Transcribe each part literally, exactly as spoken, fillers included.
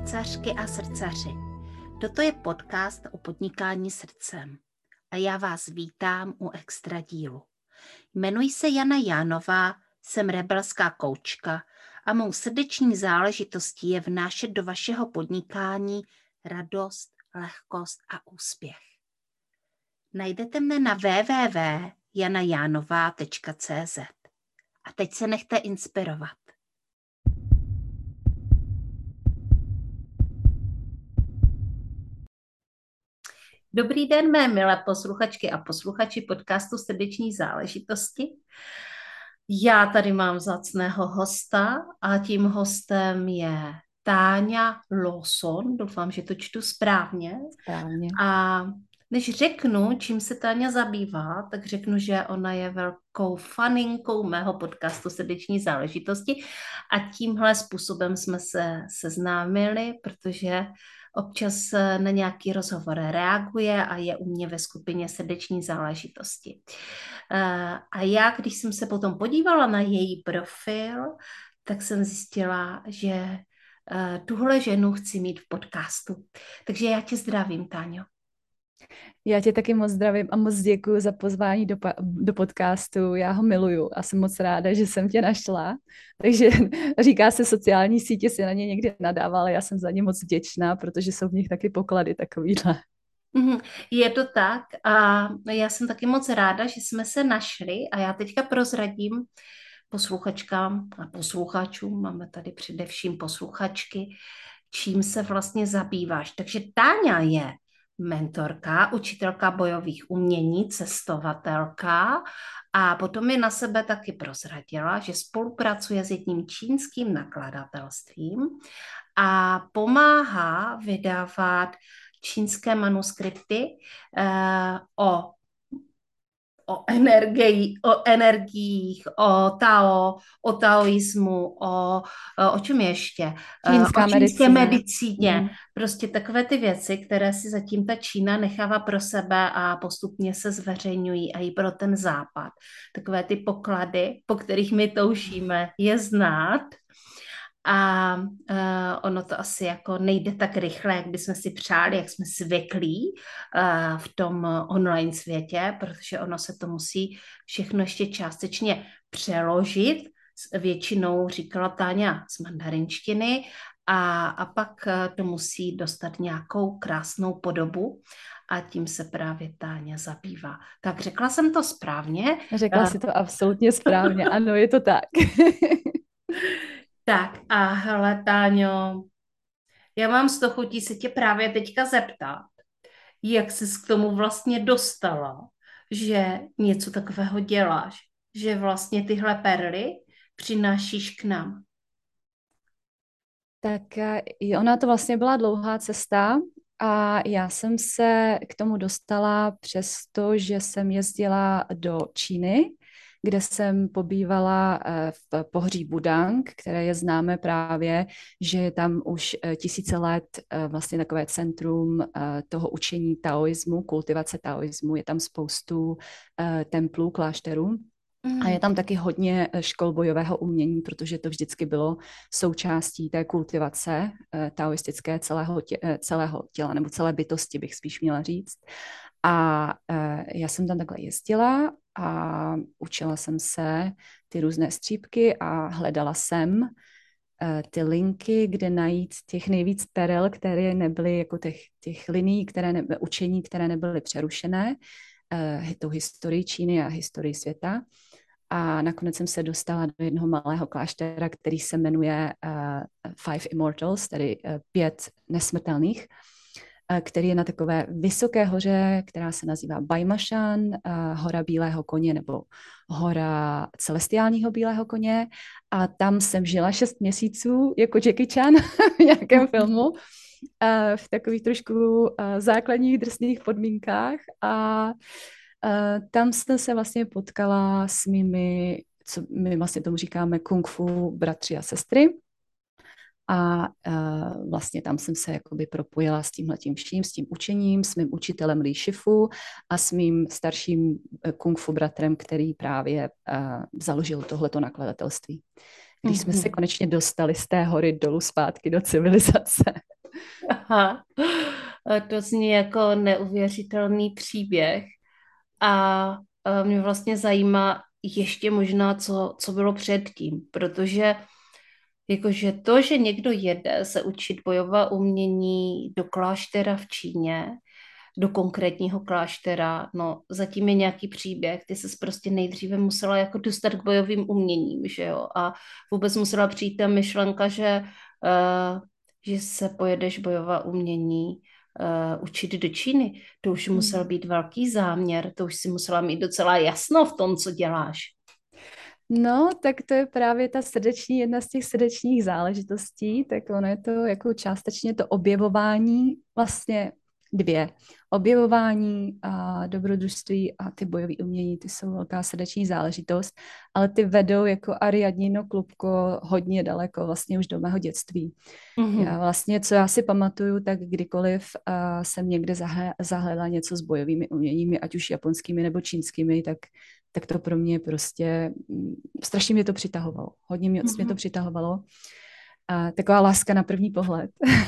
srdcařky a srdcaři. Toto je podcast o podnikání srdcem a já vás vítám u extra dílu. Jmenuji se Jana Jánová, jsem rebelská koučka a mou srdeční záležitostí je vnášet do vašeho podnikání radost, lehkost a úspěch. Najdete mne na w w w tečka jana jánová tečka c z. A teď se nechte inspirovat. Dobrý den, mé milé posluchačky a posluchači podcastu Srdeční záležitosti. Já tady mám vzácného hosta a tím hostem je Táňa Lawson. Doufám, že to čtu správně. Správně. A než řeknu, čím se Táňa zabývá, tak řeknu, že ona je velkou faninkou mého podcastu Srdeční záležitosti a tímhle způsobem jsme se seznámili, protože občas na nějaký rozhovor reaguje a je u mě ve skupině Srdeční záležitosti. A já, když jsem se potom podívala na její profil, tak jsem zjistila, že tuhle ženu chci mít v podcastu. Takže já tě zdravím, Táňo. Já tě taky moc zdravím a moc děkuji za pozvání do, do podcastu. Já ho miluju a jsem moc ráda, že jsem tě našla. Takže říká se, sociální sítě si na ně někdy nadává, ale já jsem za ně moc vděčná, protože jsou v nich taky poklady takovýhle. Je to tak a já jsem taky moc ráda, že jsme se našli a já teďka prozradím posluchačkám a posluchačům, máme tady především posluchačky, čím se vlastně zabýváš. Takže Táňa je mentorka, učitelka bojových umění, cestovatelka a potom mi na sebe taky prozradila, že spolupracuje s jedním čínským nakladatelstvím a pomáhá vydávat čínské manuskripty eh, o o energii, o energiích, o Tao, o taoismu, o, o čem ještě? Čínská o čínské medicína. medicíně. Mm. Prostě takové ty věci, které si zatím ta Čína nechává pro sebe a postupně se zveřejňují a i pro ten západ. Takové ty poklady, po kterých my toužíme, je znát. A uh, ono to asi jako nejde tak rychle, jak bychom si přáli, jak jsme zvyklí uh, v tom online světě, protože ono se to musí všechno ještě částečně přeložit. Většinou říkala Táňa z mandarinštiny a, a pak to musí dostat nějakou krásnou podobu a tím se právě Táňa zabývá. Tak řekla jsem to správně? Řekla uh, si to absolutně správně, ano, je to tak. Tak a hele, Táňo, já mám z toho chutí se tě právě teďka zeptat, jak jsi k tomu vlastně dostala, že něco takového děláš, že vlastně tyhle perly přinášíš k nám. Tak ona to vlastně byla dlouhá cesta a já jsem se k tomu dostala přesto, že jsem jezdila do Číny, kde jsem pobývala v pohoří Budang, které je známé právě, že je tam už tisíce let vlastně takové centrum toho učení taoismu, kultivace taoismu. Je tam spoustu templů, klášterů. A je tam taky hodně škol bojového umění, protože to vždycky bylo součástí té kultivace taoistické celého, tě, celého těla, nebo celé bytosti, bych spíš měla říct. A já jsem tam takhle jezdila a učila jsem se ty různé střípky a hledala jsem ty linky, kde najít těch nejvíc perel, které nebyly jako těch, těch linií, které nebyly, učení, které nebyly přerušené, tou historii Číny a historii světa. A nakonec jsem se dostala do jednoho malého kláštera, který se jmenuje uh, Five Immortals, tedy uh, pět nesmrtelných, uh, který je na takové vysoké hoře, která se nazývá Baimashan, uh, hora bílého koně nebo hora celestiálního bílého koně. A tam jsem žila šest měsíců jako Jackie Chan v nějakém filmu, uh, v takových trošku uh, základních drsných podmínkách a Uh, tam jsem se vlastně potkala s mými, co my vlastně tomu říkáme kung fu bratři a sestry. A uh, vlastně tam jsem se jakoby propojila s tímhletím vším, s tím učením, s mým učitelem Li Shifu a s mým starším kung fu bratrem, který právě uh, založil tohleto nakladatelství. Když mm-hmm. jsme se konečně dostali z té hory dolů zpátky do civilizace. Aha. To zní jako neuvěřitelný příběh a a mě vlastně zajímá ještě možná, co, co bylo předtím, protože jakože to, že někdo jede se učit bojová umění do kláštera v Číně, do konkrétního kláštera, no zatím je nějaký příběh, ty ses prostě nejdříve musela jako dostat k bojovým uměním, že jo, a vůbec musela přijít ta myšlenka, že, uh, že se pojedeš bojová umění uh, učit do Číny, to už musel Hmm. být velký záměr, to už si musela mít docela jasno v tom, co děláš. No, tak to je právě ta srdeční, jedna z těch srdečních záležitostí, tak ono je to jako částečně to objevování, vlastně dvě. Objevování a dobrodružství a ty bojové umění, ty jsou velká srdeční záležitost, ale ty vedou jako Ariadnino klubko hodně daleko, vlastně už do mého dětství. Já Mhm. vlastně, co já si pamatuju, tak kdykoliv uh, jsem někde zahle, zahledala něco s bojovými uměními, ať už japonskými nebo čínskými, tak, tak to pro mě prostě mm, strašně mě to přitahovalo. Hodně mě, mě to Mhm. přitahovalo. A taková láska na první pohled.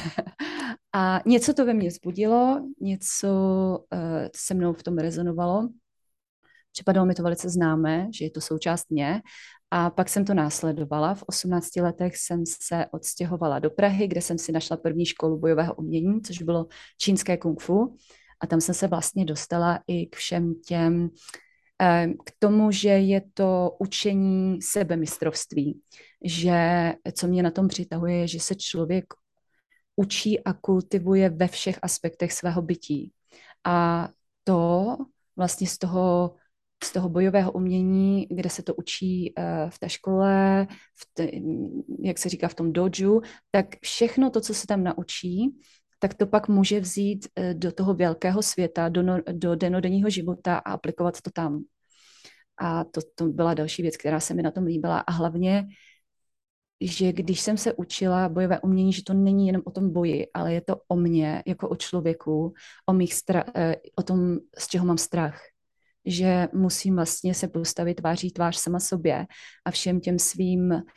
A něco to ve mně vzbudilo, něco uh, se mnou v tom rezonovalo. Připadalo mi to velice známé, že je to součást mě. A pak jsem to následovala. V osmnácti letech jsem se odstěhovala do Prahy, kde jsem si našla první školu bojového umění, což bylo čínské kung fu. A tam jsem se vlastně dostala i k všem těm, eh, k tomu, že je to učení sebemistrovství. Že co mě na tom přitahuje, je, že se člověk učí a kultivuje ve všech aspektech svého bytí. A to vlastně z toho z toho bojového umění, kde se to učí uh, v té škole, v te, jak se říká v tom doju, tak všechno to, co se tam naučí, tak to pak může vzít uh, do toho velkého světa, do, no, do denodenního života a aplikovat to tam. A to, to byla další věc, která se mi na tom líbila. A hlavně, že když jsem se učila bojové umění, že to není jenom o tom boji, ale je to o mně, jako o člověku, o, mých stra- o tom, z čeho mám strach. Že musím vlastně se postavit tváří tvář sama sobě a všem těm svým uh,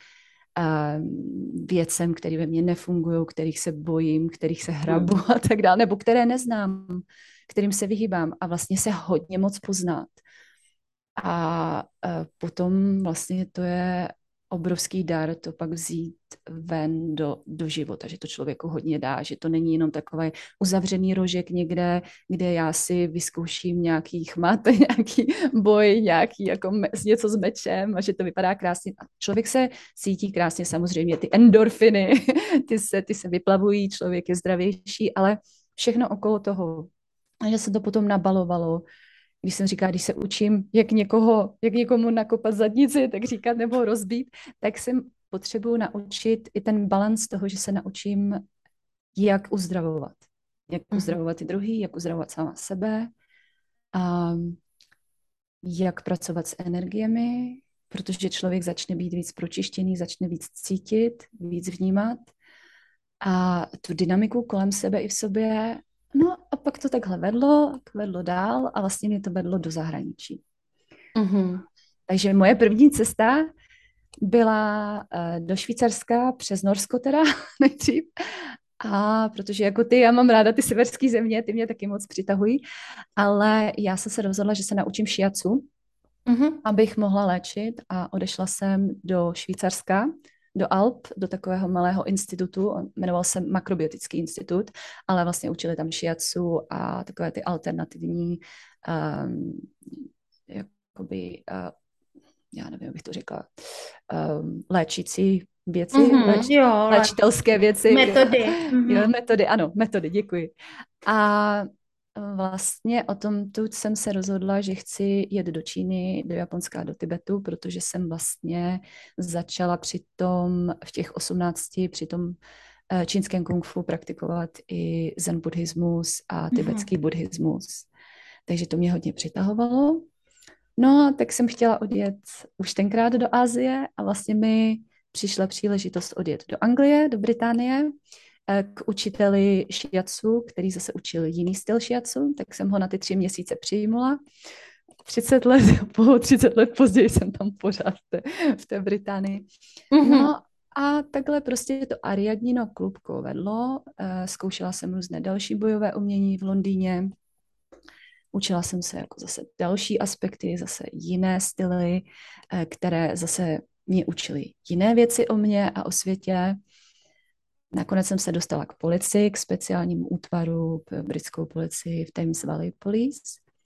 věcem, které ve mně nefungují, kterých se bojím, kterých se hrabu Mhm. a tak dále, nebo které neznám, kterým se vyhýbám a vlastně se hodně moc poznat. A uh, potom vlastně to je obrovský dar to pak vzít ven do, do života, že to člověku hodně dá, že to není jenom takový uzavřený rožek někde, kde já si vyzkouším nějaký chmat, nějaký boj, nějaký jako me, něco s mečem a že to vypadá krásně. A člověk se cítí krásně, samozřejmě ty endorfiny, ty se, ty se vyplavují, člověk je zdravější, ale všechno okolo toho. A že se to potom nabalovalo, když jsem říkala, když se učím, jak někoho, jak někomu nakopat zadnici, tak říkat nebo rozbít, tak jsem potřebuji naučit i ten balans toho, že se naučím, jak uzdravovat. Jak Mhm. uzdravovat ty druhý, jak uzdravovat sama sebe, a jak pracovat s energiemi, protože člověk začne být víc pročištěný, začne víc cítit, víc vnímat a tu dynamiku kolem sebe i v sobě. No a pak to takhle vedlo, vedlo dál a vlastně mě to vedlo do zahraničí. Mhm. Takže moje první cesta byla uh, do Švýcarska přes Norsko teda nejdřív. A protože jako ty, já mám ráda ty severské země, ty mě taky moc přitahují, ale já jsem se rozhodla, že se naučím šiacu, Mhm. abych mohla léčit a odešla jsem do Švýcarska, do Alp, do takového malého institutu, on jmenoval se Makrobiotický institut, ale vlastně učili tam šiacu a takové ty alternativní um, jakoby uh, já nevím, jak bych to řekla, um, léčící věci, Mhm. léč, Jo, ale léčitelské věci, metody. jo, Mhm. metody, ano, metody, děkuji. A vlastně o tom tu jsem se rozhodla, že chci jet do Číny, do Japonska, do Tibetu, protože jsem vlastně začala při tom, v těch osmnácti, při tom eh, čínském kung fu praktikovat i zen buddhismus a Mhm. tibetský buddhismus. Takže to mě hodně přitahovalo. No, tak jsem chtěla odjet už tenkrát do Asie a vlastně mi přišla příležitost odjet do Anglie, do Británie, eh, k učiteli šiacu, který zase učil jiný styl šiacu, tak jsem ho na ty tři měsíce přijmula. třicet let, po třicet let později jsem tam pořád v té, v té Británii. Mhm. No A takhle prostě to Ariadnino klubko vedlo. Eh, Zkoušela jsem různé další bojové umění v Londýně. Učila jsem se jako zase další aspekty, zase jiné styly, eh, které zase mě učily jiné věci o mně a o světě. Nakonec jsem se dostala k policii, k speciálnímu útvaru, k britskou policii v Thames Valley Police.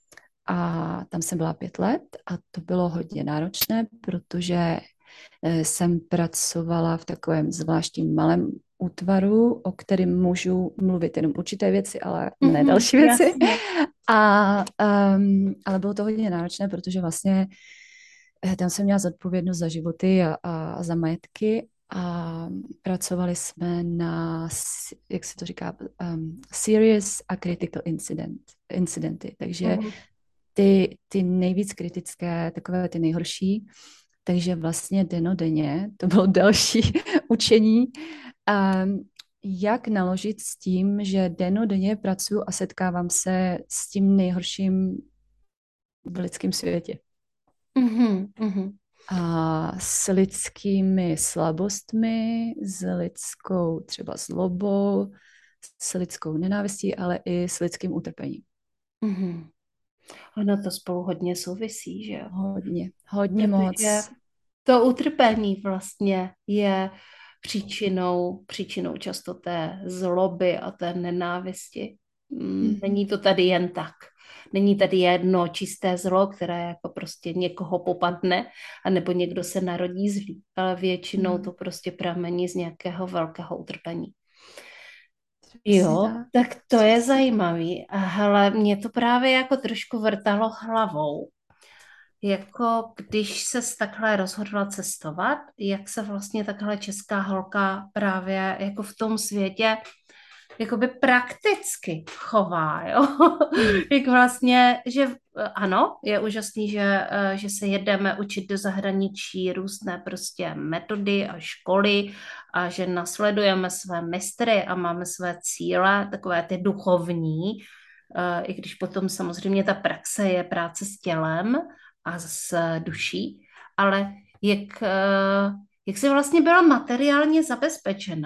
A tam jsem byla pět let a to bylo hodně náročné, protože eh, jsem pracovala v takovém zvláštním malém útvaru, o kterém můžu mluvit jenom určité věci, ale ne Mhm, další věci. jasně. A, um, ale bylo to hodně náročné, protože vlastně eh, tam jsem měla zodpovědnost za životy a, a za majetky a pracovali jsme na, s- jak se to říká, um, serious a critical incident, incidenty. Takže Mhm. ty, ty nejvíc kritické, takové ty nejhorší. Takže vlastně denodenně, to bylo další učení, um, jak naložit s tím, že denodenně pracuji a setkávám se s tím nejhorším v lidském světě. Mhm, mhm. A s lidskými slabostmi, s lidskou třeba zlobou, s lidskou nenávistí, ale i s lidským utrpením. Mhm. Ono to spolu hodně souvisí, že jo? Hodně, hodně Protože moc. to utrpení vlastně je příčinou, příčinou často té zloby a té nenávisti. Mm, Mhm. Není to tady jen tak. Není tady jedno čisté zlo, které jako prostě někoho popadne, anebo někdo se narodí zlý, ale většinou to Mhm. prostě pramení z nějakého velkého utrpení. Přesně Jo, tak. tak to je Přesně tak. zajímavý. A hele, mě to právě jako trošku vrtalo hlavou. Jako když se takhle rozhodla cestovat, jak se vlastně takhle česká holka právě jako v tom světě jakoby prakticky chová, jo? Mhm. Jak vlastně, že ano, je úžasný, že, eh, že se jedeme učit do zahraničí různé prostě metody a školy a že nasledujeme své mistry a máme své cíle, takové ty duchovní, eh, i když potom samozřejmě ta praxe je práce s tělem a s duší, ale jak, eh, jak jsi vlastně byla materiálně zabezpečena?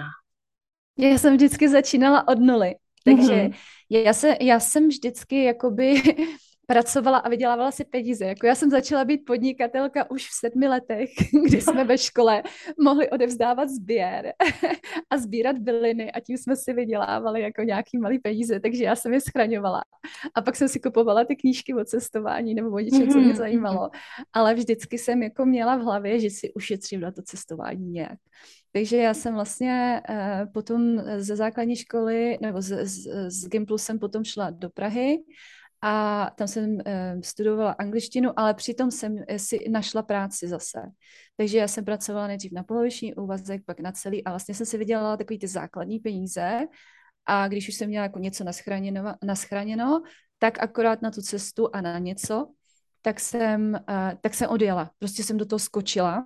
Já jsem vždycky začínala od nuly, takže Mhm. já, se, já jsem vždycky jakoby pracovala a vydělávala si peníze. Jako já jsem začala být podnikatelka už v sedmi letech, kdy jsme ve škole mohli odevzdávat sběr a sbírat byliny a tím jsme si vydělávali jako nějaký malý peníze, takže já jsem je schraňovala. A pak jsem si kupovala ty knížky o cestování nebo o něčem, co mě Mhm, mhm, zajímalo. Ale vždycky jsem jako měla v hlavě, že si ušetřím na to cestování nějak. Takže já jsem vlastně uh, potom ze základní školy, nebo z, z, z Gimplu jsem potom šla do Prahy a tam jsem uh, studovala angličtinu, ale přitom jsem si našla práci zase. Takže já jsem pracovala nejdřív na poloviční úvazek, pak na celý a vlastně jsem si vydělala takový ty základní peníze a když už jsem měla jako něco naschráněno, naschráněno tak akorát na tu cestu a na něco, tak jsem, uh, tak jsem odjela. Prostě jsem do toho skočila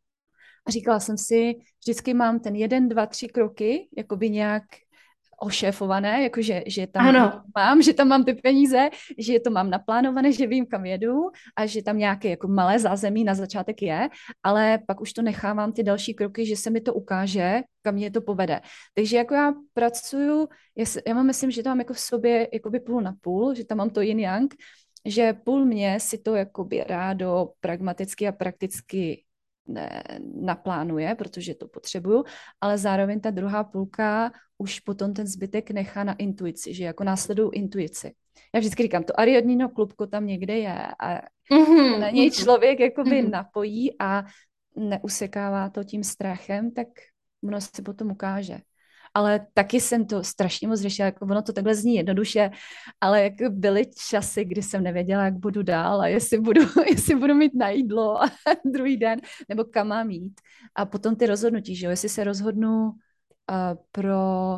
a říkala jsem si, vždycky mám ten jeden, dva, tři kroky, jakoby nějak ošéfované, jakože že tam ano. mám, že tam mám ty peníze, že to mám naplánované, že vím, kam jedu a že tam nějaké jako malé zázemí na začátek je, ale pak už to nechávám ty další kroky, že se mi to ukáže, kam mě to povede. Takže jako já pracuju, já, já mám myslím, že to mám jako v sobě jakoby půl na půl, že tam mám to yin yang, že půl mě si to jakoby rádo pragmaticky a prakticky ne, naplánuje, protože to potřebuju, ale zároveň ta druhá půlka už potom ten zbytek nechá na intuici, že jako následují intuici. Já vždycky říkám, to Ariadnino klubko tam někde je a Mhm, na něj mhm, člověk jakoby mhm. napojí a neusekává to tím strachem, tak ono se potom ukáže. Ale taky jsem to strašně moc řešila, jako ono to takhle zní jednoduše, ale jako byly časy, kdy jsem nevěděla, jak budu dál a jestli budu, jestli budu mít na jídlo a druhý den, nebo kam mám jít. A potom ty rozhodnutí, že jo, jestli se rozhodnu uh, pro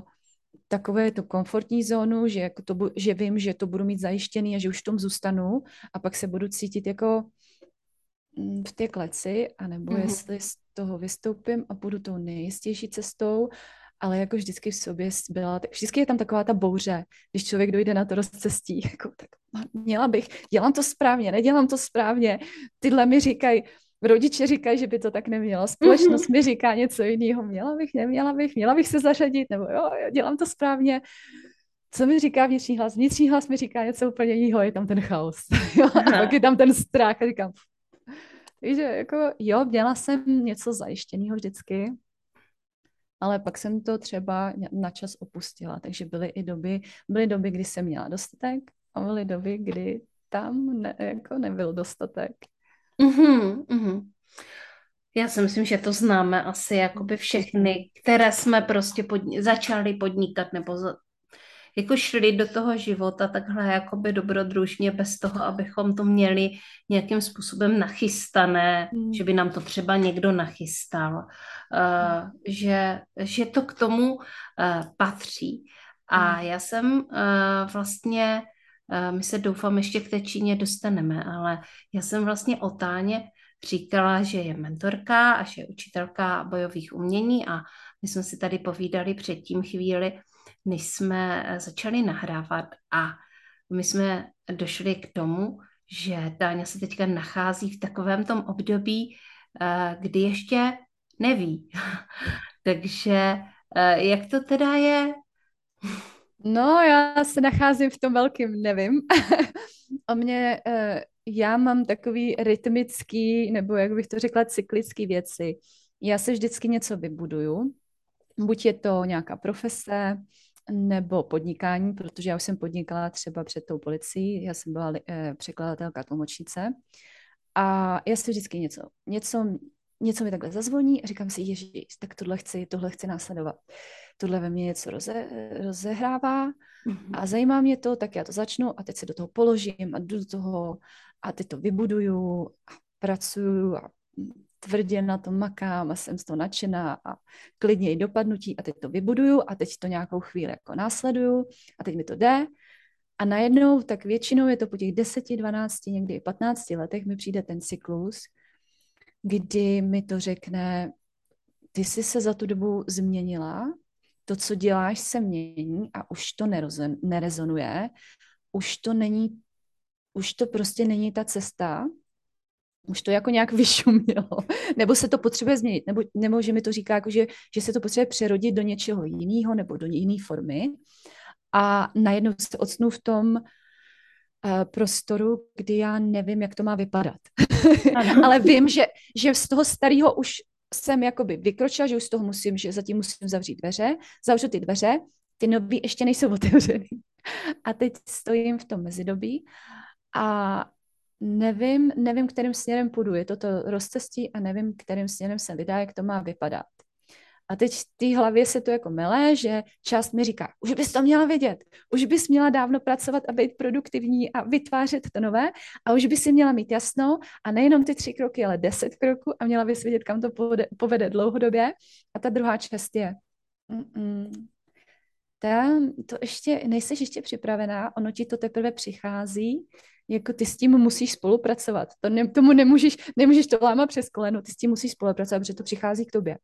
takové tu komfortní zónu, že, jako to, bu- že vím, že to budu mít zajištěný a že už v tom zůstanu a pak se budu cítit jako mm, v té kleci, anebo Mhm. jestli z toho vystoupím a půjdu tou nejistější cestou, ale jako vždycky v sobě byla, tak vždycky je tam taková ta bouře, když člověk dojde na to rozcestí, jako tak měla bych, dělám to správně, nedělám to správně, tyhle mi říkají, Rodiče říkají, že by to tak nemělo. Mhm. Společnost mi říká něco jiného. Měla bych, neměla bych, měla bych se zařadit, nebo jo, jo, dělám to správně. Co mi říká vnitřní hlas? Vnitřní hlas mi říká něco úplně jiného, je tam ten chaos. Jo, a pak je Aha. tam ten strach a říkám, takže jako jo, měla jsem něco zajištěného vždycky, ale pak jsem to třeba na čas opustila, takže byly i doby, byly doby, kdy jsem měla dostatek a byly doby, kdy tam ne, jako nebyl dostatek. Mhm, mhm. Já si myslím, že to známe asi jakoby Všichni. všechny, které jsme prostě podni- začali podnikat nebo za- jako šli do toho života takhle jakoby dobrodružně bez toho, abychom to měli nějakým způsobem nachystané, Hmm. že by nám to třeba někdo nachystal, eh, že, že to k tomu eh, patří. A Hmm. já jsem eh, vlastně, eh, my se doufám ještě k té Číně dostaneme, ale já jsem vlastně o Táně říkala, že je mentorka a že je učitelka bojových umění a my jsme si tady povídali předtím chvíli, než jsme eh, začali nahrávat a my jsme došli k tomu, že Táňa se teďka nachází v takovém tom období, eh, kdy ještě neví. Takže eh, jak to teda je? No, já se nacházím v tom velkým nevím. O mě, eh, já mám takový rytmický, nebo jak bych to řekla, cyklický věci. Já se vždycky něco vybuduju. Buď je to nějaká profese, nebo podnikání, protože já už jsem podnikala třeba před tou policií, já jsem byla eh, překladatelka, tlumočnice a já si vždycky něco, něco, něco mi takhle zazvoní a říkám si, ježiš, tak tohle chci, tohle chci následovat. Tohle ve mně něco roze, rozehrává Mhm. a zajímá mě to, tak já to začnu a teď se do toho položím a jdu do toho a teď to vybuduju a pracuju a tvrdě na tom makám a jsem z toho nadšená a klidně i dopadnutí a teď to vybuduju a teď to nějakou chvíli jako následuju a teď mi to jde a najednou, tak většinou je to po těch deseti, dvanácti, někdy i patnácti letech mi přijde ten cyklus, kdy mi to řekne, ty jsi se za tu dobu změnila, to, co děláš, se mění a už to nerozen, nerezonuje, už to není, už to prostě není ta cesta, už to jako nějak vyšumělo, nebo se to potřebuje změnit, nebo, nebo že mi to říká, jako že, že se to potřebuje přerodit do něčeho jiného nebo do jiné formy a najednou se ocnu v tom uh, prostoru, kdy já nevím, jak to má vypadat. Ano. Ale vím, že, že z toho starého už jsem jakoby vykročila, že už z toho musím, že zatím musím zavřít dveře, zavřu ty dveře, ty nový ještě nejsou otevřený. A teď stojím v tom mezidobí a nevím, nevím, kterým směrem půjdu. Je to to rozcestí a nevím, kterým směrem se vydá, jak to má vypadat. A teď v té hlavě se to jako mele, že část mi říká, už bys to měla vědět, už bys měla dávno pracovat a být produktivní a vytvářet to nové a už bys si měla mít jasno a nejenom ty tři kroky, ale deset kroků a měla bys vědět, kam to povede, povede dlouhodobě. A ta druhá část je, mm-mm, tam to ještě, nejseš ještě připravená, ono ti to teprve přichází, jako ty s tím musíš spolupracovat. To ne, tomu nemůžeš, nemůžeš to lámat přes koleno, ty s tím musíš spolupracovat, protože to přichází k tobě.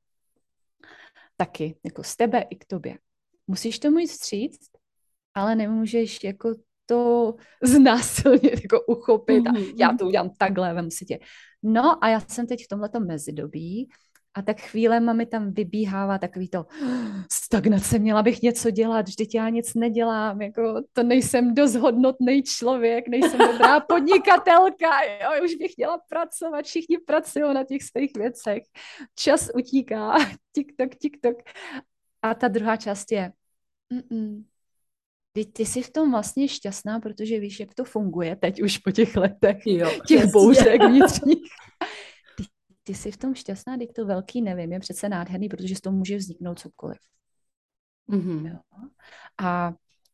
Taky, jako z tebe i k tobě. Musíš tomu jít vstříct, ale nemůžeš jako to znásilnit, jako uchopit a já Mhm. to udělám takhle, vem si tě. No a já jsem teď v tomhletom mezidobí a tak chvílema mi tam vybíhává takový to stagnace, měla bych něco dělat, vždyť já nic nedělám, jako to nejsem dost hodnotný člověk, nejsem dobrá podnikatelka, jo, už bych měla pracovat, všichni pracují na těch svých věcech, čas utíká, tiktok, tiktok. A ta druhá část je, mm-mm, ty, ty jsi v tom vlastně šťastná, protože víš, jak to funguje teď už po těch letech, Jo, těch přesně. bouřek vnitřních. Ty, ty jsi v tom šťastná, teď to velký nevím, je přece nádherný, protože z toho může vzniknout cokoliv. Jo. Mhm. A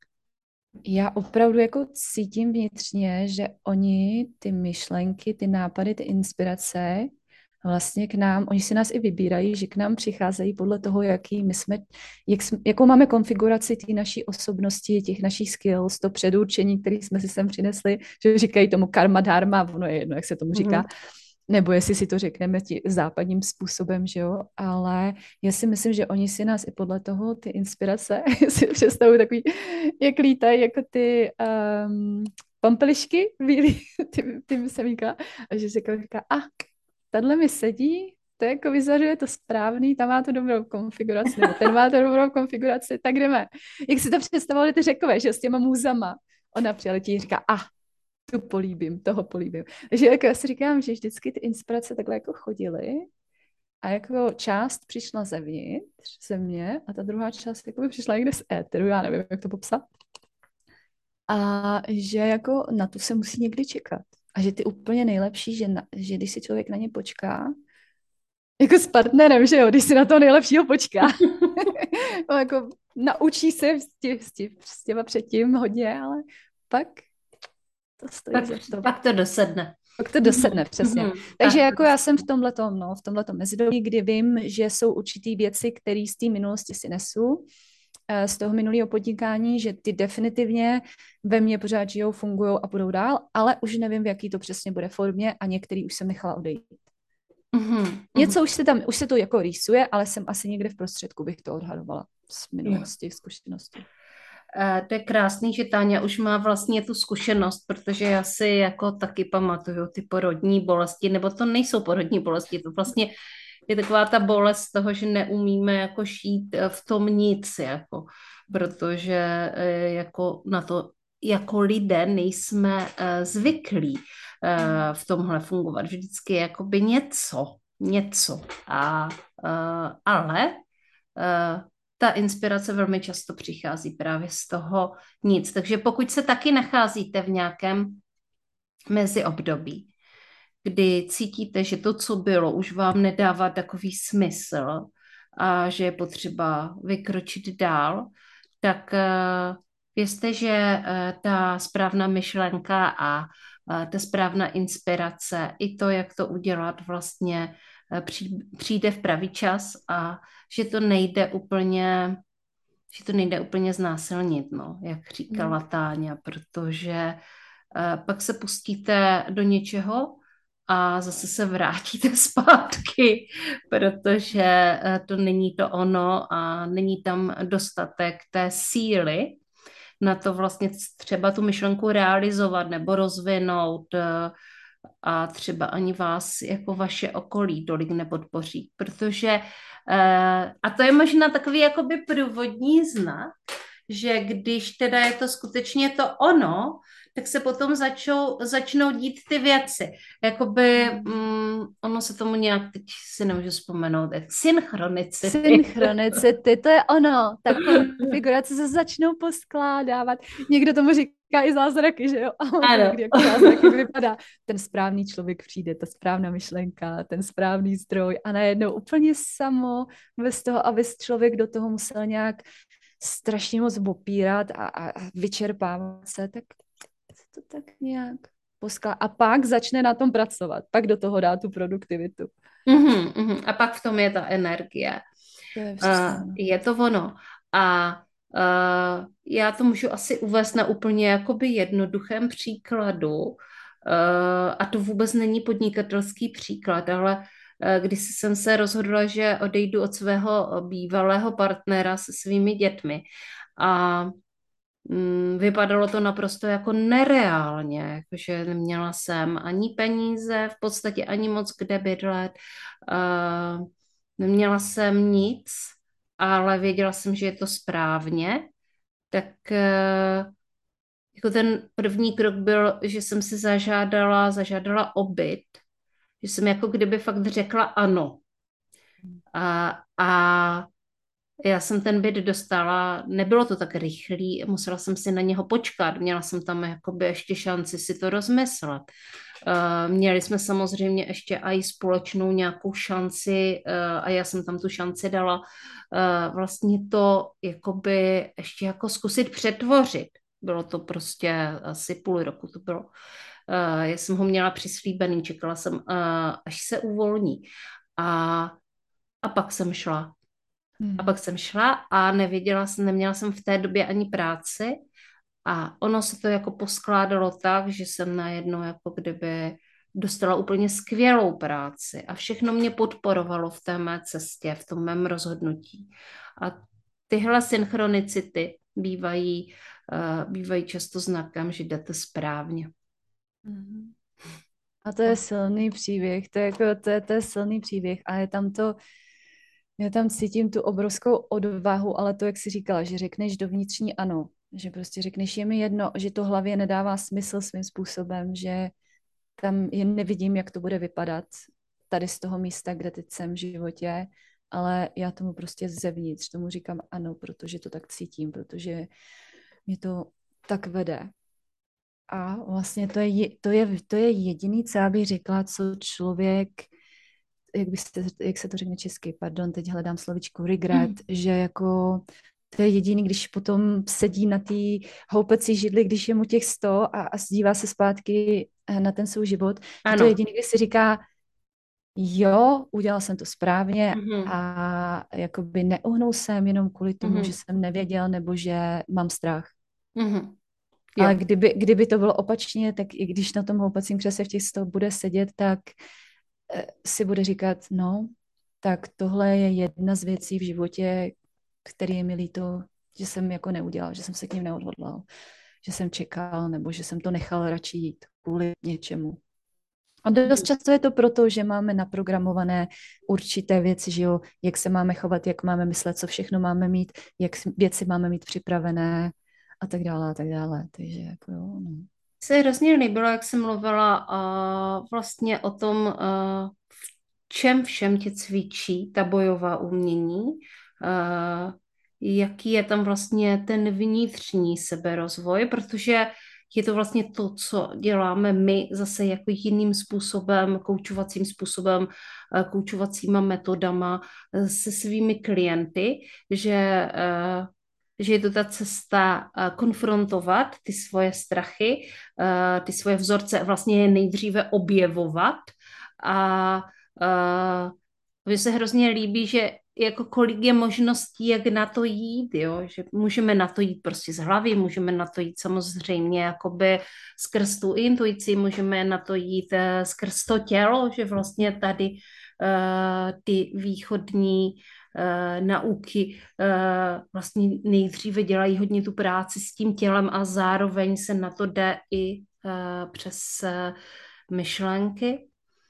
já opravdu jako cítím vnitřně, že oni ty myšlenky, ty nápady, ty inspirace vlastně k nám, oni si nás i vybírají, že k nám přicházejí podle toho, jaký my jsme, jak jsme, jakou máme konfiguraci té naší osobnosti, těch našich skills, to předurčení, které jsme si sem přinesli, že říkají tomu karma dharma, ono je jedno, jak se tomu říká, Mhm. nebo jestli si to řekneme tí, západním způsobem, že jo, ale já si myslím, že oni si nás i podle toho, ty inspirace, si představují takový, jak lítají, jako ty um, pampelišky, bílý, ty, ty semínka, a že si jako říká, a Tadle mi sedí, to jako vyzařuje to správný, tam má to dobrou konfiguraci, nebo ten má to dobrou konfiguraci, tak jdeme. Jak si to představovali ty Řekové, že s těma můzama. Ona přiletí a říká, a tu políbím, toho políbím. Takže jako já si říkám, že vždycky ty inspirace takhle jako chodily a jako část přišla zevnitř, ze mě, a ta druhá část jako by přišla někde z éteru, já nevím, jak to popsat. A že jako na to se musí někdy čekat. A že ty úplně nejlepší, že, na, že když si člověk na ně počká, jako s partnerem, že jo, když si na toho nejlepšího počká. No, jako naučí se s, tě, s, tě, s těma předtím hodně, ale pak to stojí Pak, za to. pak to dosedne. Pak to dosedne, přesně. Mhm. Takže Tak. jako já jsem v tomhletom, no, v tomhletom mezidobí, kdy vím, že jsou určitý věci, které z té minulosti si nesu, eh, z toho minulého podnikání, že ty definitivně ve mně pořád žijou, fungují a budou dál, ale už nevím, v jaký to přesně bude formě a některý už jsem nechala odejít. Mhm. Něco už se tam, už se to jako rýsuje, ale jsem asi někde v prostředku, bych to odhadovala z minulosti, zkušenosti. Uh, to je krásný, že Táňa už má vlastně tu zkušenost, protože já si jako taky pamatuju ty porodní bolesti, nebo to nejsou porodní bolesti, to vlastně je taková ta bolest toho, že neumíme jako šít v tom nic, jako, protože uh, jako na to jako lidé nejsme uh, zvyklí uh, v tomhle fungovat. Vždycky jakoby něco, něco. A, uh, ale uh, ta inspirace velmi často přichází právě z toho nic. Takže pokud se taky nacházíte v nějakém meziobdobí, kdy cítíte, že to, co bylo, už vám nedává takový smysl a že je potřeba vykročit dál, tak uh, vězte, že uh, ta správná myšlenka a uh, ta správná inspirace, i to, jak to udělat, vlastně uh, přijde v pravý čas a že to nejde úplně, že to nejde úplně znásilnit, no, jak říkala Mm. Táňa, protože uh, pak se pustíte do něčeho a zase se vrátíte zpátky, protože uh, to není to ono a není tam dostatek té síly na to vlastně třeba tu myšlenku realizovat nebo rozvinout, uh, a třeba ani vás jako vaše okolí tolik nepodpoří, protože uh, a to je možná takový jakoby průvodní znak, že když teda je to skutečně to ono, tak se potom začou, začnou dít ty věci. Jakoby, mm, ono se tomu nějak, teď si nemůžu vzpomenout, jak synchronicity. Synchronicity, to je ono. Ta konfigurace se začnou poskládávat. Někdo tomu říká i zázraky, že jo? Ano. Někdy jako zázrak, jak vypadá. Ten správný člověk přijde, ta správná myšlenka, ten správný zdroj a najednou úplně samo, bez toho, aby člověk do toho musel nějak strašně moc opírat a, a vyčerpávat se, tak to tak nějak posklá. A pak začne na tom pracovat, pak do toho dá tu produktivitu. Uhum, uhum. A pak v tom je ta energie. To je, uh, je to ono. A uh, já to můžu asi uvést na úplně jakoby jednoduchém příkladu. Uh, a to vůbec není podnikatelský příklad, ale uh, když jsem se rozhodla, že odejdu od svého bývalého partnera se svými dětmi a mm, vypadalo to naprosto jako nereálně, jakože neměla jsem ani peníze, v podstatě ani moc kde bydlet, uh, neměla jsem nic, ale věděla jsem, že je to správně, tak uh, jako ten první krok byl, že jsem si zažádala, zažádala o byt, že jsem jako kdyby fakt řekla ano. A, a já jsem ten byt dostala, nebylo to tak rychlý, musela jsem si na něho počkat, měla jsem tam jakoby ještě šanci si to rozmyslet. Uh, měli jsme samozřejmě ještě i společnou nějakou šanci uh, a já jsem tam tu šanci dala uh, vlastně to jakoby ještě jako zkusit přetvořit. Bylo to prostě asi půl roku to bylo. Uh, já jsem ho měla přislíbený, čekala jsem, uh, až se uvolní. A, a pak jsem šla. Hmm. A pak jsem šla a nevěděla jsem, neměla jsem v té době ani práci a ono se to jako poskládalo tak, že jsem najednou jako kdyby dostala úplně skvělou práci a všechno mě podporovalo v té mé cestě, v tom mém rozhodnutí. A tyhle synchronicity bývají, uh, bývají často znakem, že jdete správně. Hmm. A to je silný příběh, to je, jako, to je, to je silný příběh a je tam to, já tam cítím tu obrovskou odvahu, ale to, jak jsi říkala, že řekneš dovnitřní ano, že prostě řekneš, je mi jedno, že to hlavě nedává smysl svým způsobem, že tam jen nevidím, jak to bude vypadat tady z toho místa, kde teď jsem v životě, ale já tomu prostě zevnitř, tomu říkám ano, protože to tak cítím, protože mě to tak vede. A vlastně to je, to je, to je jediný, co já bych řekla, co člověk, jak, byste, jak se to řekne česky, pardon, teď hledám slovičku regret, Mm. že jako to je jediný, když potom sedí na té houpací židli, když je mu těch sto a, a dívá se zpátky na ten svůj život, že to je Ano. jediný, když si říká, jo, udělal jsem to správně Mm-hmm. a jakoby neuhnul jsem jenom kvůli tomu, že Mm-hmm. jsem nevěděl nebo že mám strach. Mm-hmm. Ale Jo. kdyby, kdyby to bylo opačně, tak i když na tom houpacím křesle v těch sto bude sedět, tak eh, si bude říkat, no, tak tohle je jedna z věcí v životě, který je mi líto, že jsem jako neudělal, že jsem se k ním neodhodlal, že jsem čekal, nebo že jsem to nechal radši jít kvůli něčemu. A dost často je to proto, že máme naprogramované určité věci, že jo, jak se máme chovat, jak máme myslet, co všechno máme mít, jak věci máme mít připravené a tak dále a tak dále. Takže jako jo, no. Se hrozně líbilo, jak jsem mluvila uh, vlastně o tom, uh, v čem všem tě cvičí ta bojová umění, uh, jaký je tam vlastně ten vnitřní seberozvoj, protože je to vlastně to, co děláme my zase jako jiným způsobem, koučovacím způsobem, uh, koučovacíma metodama uh, se svými klienty, že uh, že je to ta cesta uh, konfrontovat ty svoje strachy, uh, ty svoje vzorce, vlastně je nejdříve objevovat a uh, mně se hrozně líbí, že jako kolik je možností, jak na to jít, jo? Že můžeme na to jít prostě z hlavy, můžeme na to jít samozřejmě jakoby skrz tu intuici, můžeme na to jít uh, skrz to tělo, že vlastně tady uh, ty východní uh, nauky uh, vlastně nejdříve dělají hodně tu práci s tím tělem a zároveň se na to jde i uh, přes uh, myšlenky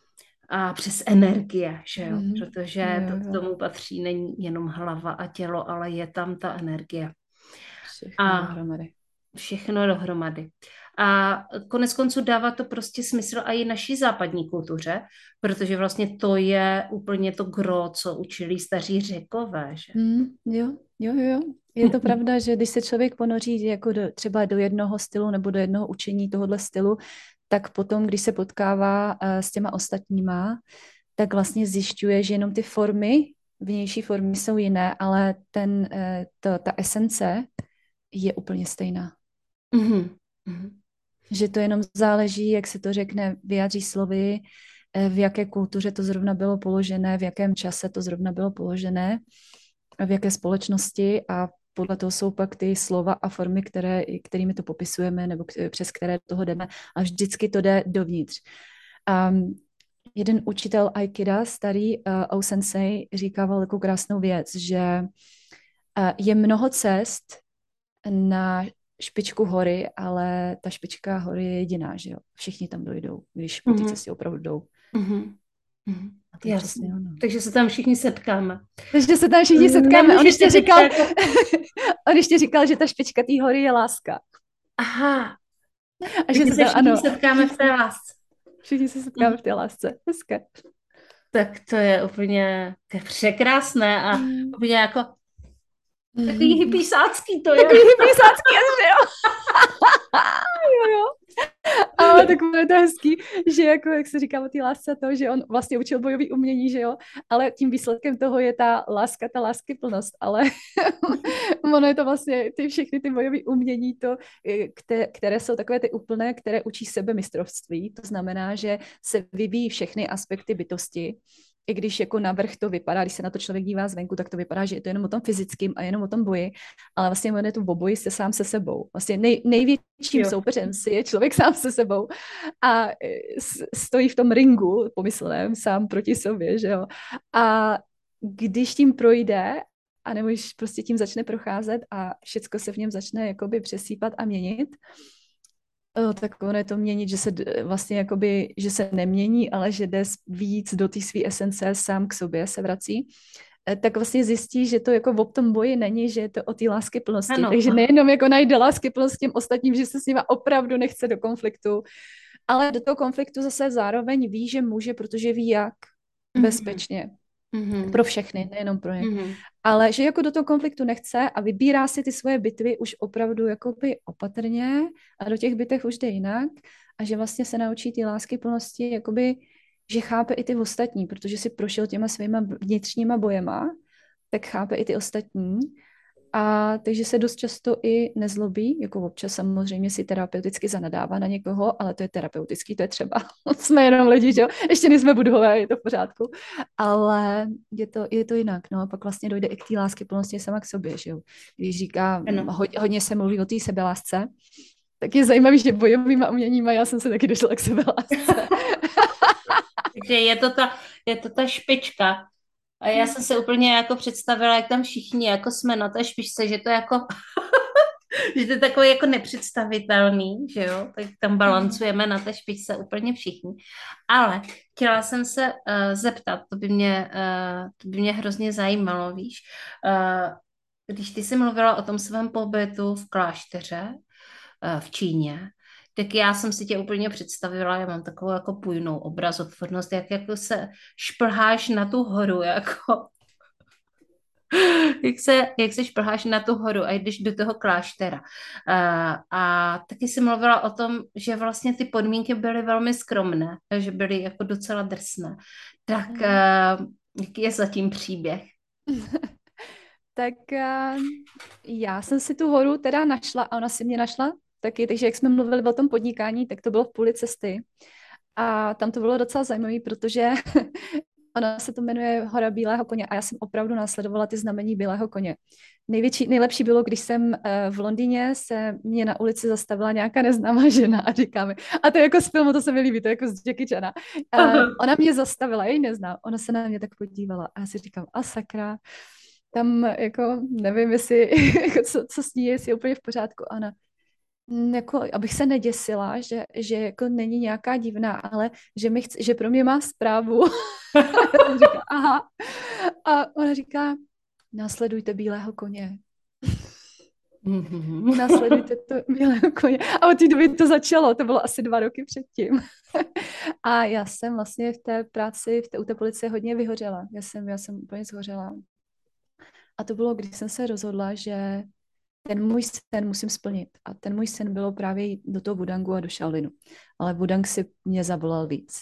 a přes energie, že jo? Mm, Protože to jo, k jo. tomu patří, není jenom hlava a tělo, ale je tam ta energie. Všechno A dohromady. všechno dohromady. A konec konců dává to prostě smysl i naší západní kultuře, protože vlastně to je úplně to gro, co učili staří Řekové, že? Mm, jo, jo, jo. Je to pravda, že když se člověk ponoří jako do, třeba do jednoho stylu nebo do jednoho učení tohohle stylu, tak potom, když se potkává uh, s těma ostatníma, tak vlastně zjišťuje, že jenom ty formy, vnější formy jsou jiné, ale ten, uh, to, ta esence je úplně stejná. Mm-hmm. Mm-hmm. Že to jenom záleží, jak se to řekne, vyjádří slovy, eh, v jaké kultuře to zrovna bylo položené, v jakém čase to zrovna bylo položené, a v jaké společnosti a podle toho jsou pak ty slova a formy, které, kterými to popisujeme nebo k- přes které toho jdeme a vždycky to jde dovnitř. Um, jeden učitel Aikida, starý uh, O-sensei, říkával takovou krásnou věc, že uh, je mnoho cest na špičku hory, ale ta špička hory je jediná, že jo. Všichni tam dojdou, když po té Mm-hmm. cestě opravdu jdou. Mm-hmm. Mm-hmm. A to je Jasně. přesně ono. Takže se tam všichni setkáme. Takže se tam všichni setkáme. On ještě Nemůžete říkal, teďka jako... on ještě říkal, že ta špička té hory je láska. Aha, A že takže se se tam, všichni ano, setkáme v té lásce. všichni se setkáme v té lásce. Hezké. Tak to je úplně to je překrásné a Mm. úplně jako takový Mm. hypisácký to je. Takový hypisácký, že jo? jo, jo. Ale tak je to hezký, že jako, jak se říká o té lásce, to, že on vlastně učil bojový umění, že jo, ale tím výsledkem toho je ta láska, ta láskyplnost, ale ono je to vlastně ty všechny ty bojové umění, to, které, které jsou takové ty úplné, které učí sebemistrovství, to znamená, že se vyvíjí všechny aspekty bytosti, i když jako navrch to vypadá, když se na to člověk dívá zvenku, tak to vypadá, že je to jenom o tom fyzickém a jenom o tom boji, ale vlastně on je to v oboji se sám se sebou. Vlastně nej, největším Jo. soupeřem si je člověk sám se sebou a stojí v tom ringu pomyslném sám proti sobě, že jo. A když tím projde, a nebo když prostě tím začne procházet a všecko se v něm začne jakoby přesýpat a měnit, O, tak ono je to měnit, že se d- vlastně jakoby, že se nemění, ale že jde s- víc do té své esence, sám k sobě se vrací, eh, tak vlastně zjistí, že to jako o tom boji není, že je to o té lásky plnosti. Ano. Takže nejenom jako najde lásky plnost těm ostatním, že se s nima opravdu nechce do konfliktu, ale do toho konfliktu zase zároveň ví, že může, protože ví jak Mhm. bezpečně. Pro Mhm. všechny, nejenom pro ně. Mhm. Ale že jako do toho konfliktu nechce a vybírá si ty svoje bitvy už opravdu jakoby opatrně a do těch bitev už jde jinak a že vlastně se naučí ty lásky plnosti, jakoby, že chápe i ty ostatní, protože si prošel těma svýma vnitřníma bojema, tak chápe i ty ostatní. A takže se dost často i nezlobí, jako občas samozřejmě si terapeuticky zanadává na někoho, ale to je terapeutický, to je třeba. Jsme jenom lidi, že jo? Ještě nejsme budhové, je to v pořádku. Ale je to, je to jinak, no. A pak vlastně dojde i k té lásky plnosti sama k sobě, že jo? Když říká, Ano. ho, hodně se mluví o té sebelásce, tak je zajímavý, že bojovýma uměníma já jsem se taky došla k sebelásce. Takže je to ta, je to ta špička. A já jsem se úplně jako představila, jak tam všichni jako jsme na té špičce, že to jako, že to je takový jako nepředstavitelný, že jo, tak tam balancujeme na té špičce úplně všichni. Ale chtěla jsem se uh, zeptat, to by mě, uh, to by mě hrozně zajímalo, víš, uh, když ty jsi mluvila o tom svém pobytu v klášteře, eh, v Číně, tak já jsem si tě úplně představila, já mám takovou jako bujnou obrazotvornost, jak jako se šplháš na tu horu, jako jak se, jak se šplháš na tu horu a jdeš do toho kláštera. A, a taky jsi mluvila o tom, že vlastně ty podmínky byly velmi skromné, že byly jako docela drsné. Tak Mm. a, jaký je zatím příběh? Tak uh, já jsem si tu horu teda našla a ona si mě našla taky, takže jak jsme mluvili o tom podnikání, tak to bylo v půli cesty. A tam to bylo docela zajímavé, protože ona se to jmenuje Hora bílého koně a já jsem opravdu následovala ty znamení bílého koně. Největší, nejlepší bylo, když jsem eh, v Londýně se mě na ulici zastavila nějaká neznámá žena a říká mi, a to je jako z filmu, to se mi líbí, to je jako z Jackie Chana. Uh, ona mě zastavila, já ji neznám, ona se na mě tak podívala a já si říkám, a sakra, tam jako nevím, jestli, jako co, co s ní je, jestli je úplně v pořádku. A ona, "Mm, jako, abych se neděsila, že, že jako není nějaká divná, ale že, mi chce, že pro mě má zprávu." Já jsem říkala, aha. A ona říká, následujte bílého koně. Mhm. Následujte to bílého koně. A od té doby to začalo, to bylo asi dva roky předtím. A já jsem vlastně v té práci, v té, u té policie hodně vyhořela. Já jsem, já jsem úplně zhořela. A to bylo, když jsem se rozhodla, že ten můj sen musím splnit. A ten můj sen bylo právě jít do toho Wudangu a do Shaolinu. Ale Wudang si mě zavolal víc.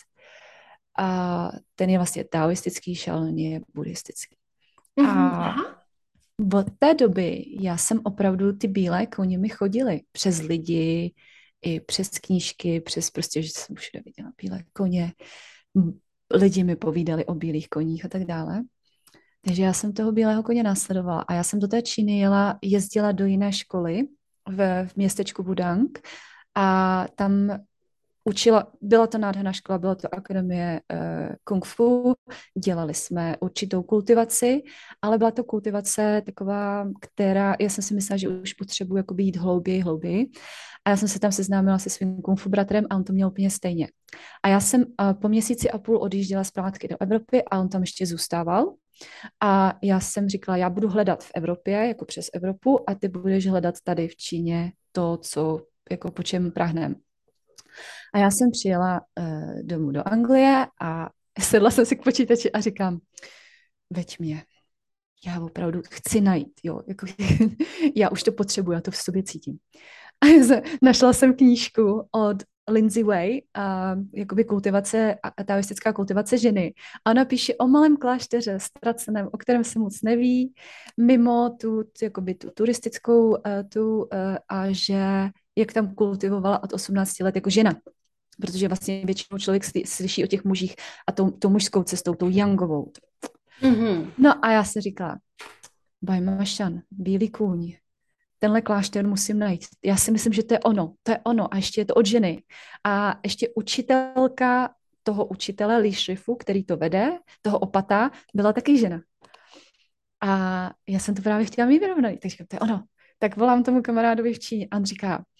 A ten je vlastně taoistický, Shaolin je buddhistický. Mhm. A Aha. od té doby já jsem opravdu, ty bílé koně mi chodily přes lidi, i přes knížky, přes prostě, že jsem všude viděla bílé koně. M- Lidi mi povídali o bílých koních a tak dále. Takže já jsem toho bílého koně následovala a já jsem do té Číny jela, jezdila do jiné školy v, v městečku Budang a tam učila, byla to nádherná škola, byla to akademie uh, kung fu, dělali jsme určitou kultivaci, ale byla to kultivace taková, která, já jsem si myslela, že už potřebuji jakoby jít hlouběji, hlouběji. A já jsem se tam seznámila se svým kung fu bratrem a on to měl úplně stejně. A já jsem uh, po měsíci a půl odjížděla zpátky do Evropy a on tam ještě zůstával. A já jsem říkala, já budu hledat v Evropě, jako přes Evropu, a ty budeš hledat tady v Číně to, co, jako po čem prahnem. A já jsem přijela uh, domů do Anglie a sedla jsem si k počítači a říkám, veď mě, já opravdu chci najít, jo, jako, já už to potřebuji, já to v sobě cítím. A já se, našla jsem knížku od Lindsay Way, a jakoby kultivace, a taoistická kultivace ženy. A ona píše o malém klášteře ztraceném, o kterém se moc neví, mimo tu, tu, jakoby tu turistickou uh, tu, uh, a že jak tam kultivovala od osmnácti let jako žena. Protože vlastně většinou člověk slyší o těch mužích a tou, tou mužskou cestou, tou yangovou. Mhm. No a já si říkala, Bajmašan, bílý kůň, tenhle klášter musím najít. Já si myslím, že to je ono, to je ono a ještě je to od ženy. A ještě učitelka toho učitele Li Shifu, který to vede, toho opata, byla taky žena. A já jsem to právě chtěla mít vyrovnat, takže to je ono. Tak volám tomu kamarádovi v Číně a on říká,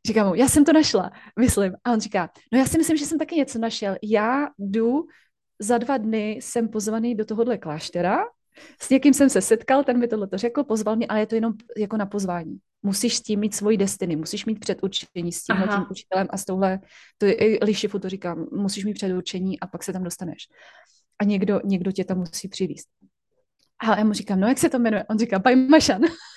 Říkám mu, já jsem to našla, myslím. A on říká, no já si myslím, že jsem taky něco našel. Já jdu, za dva dny jsem pozvaný do tohohle kláštera, s někým jsem se setkal, ten mi tohle to řekl, pozval mě, ale je to jenom jako na pozvání. Musíš s tím mít svoji destiny, musíš mít předurčení s tímhletím Aha. učitelem a s touhle, to je, i Lišifu to říkám, musíš mít předurčení a pak se tam dostaneš. A někdo, někdo tě tam musí přivízt. A já mu říkám, no jak se to jmenuje? On říká, Bajmašan.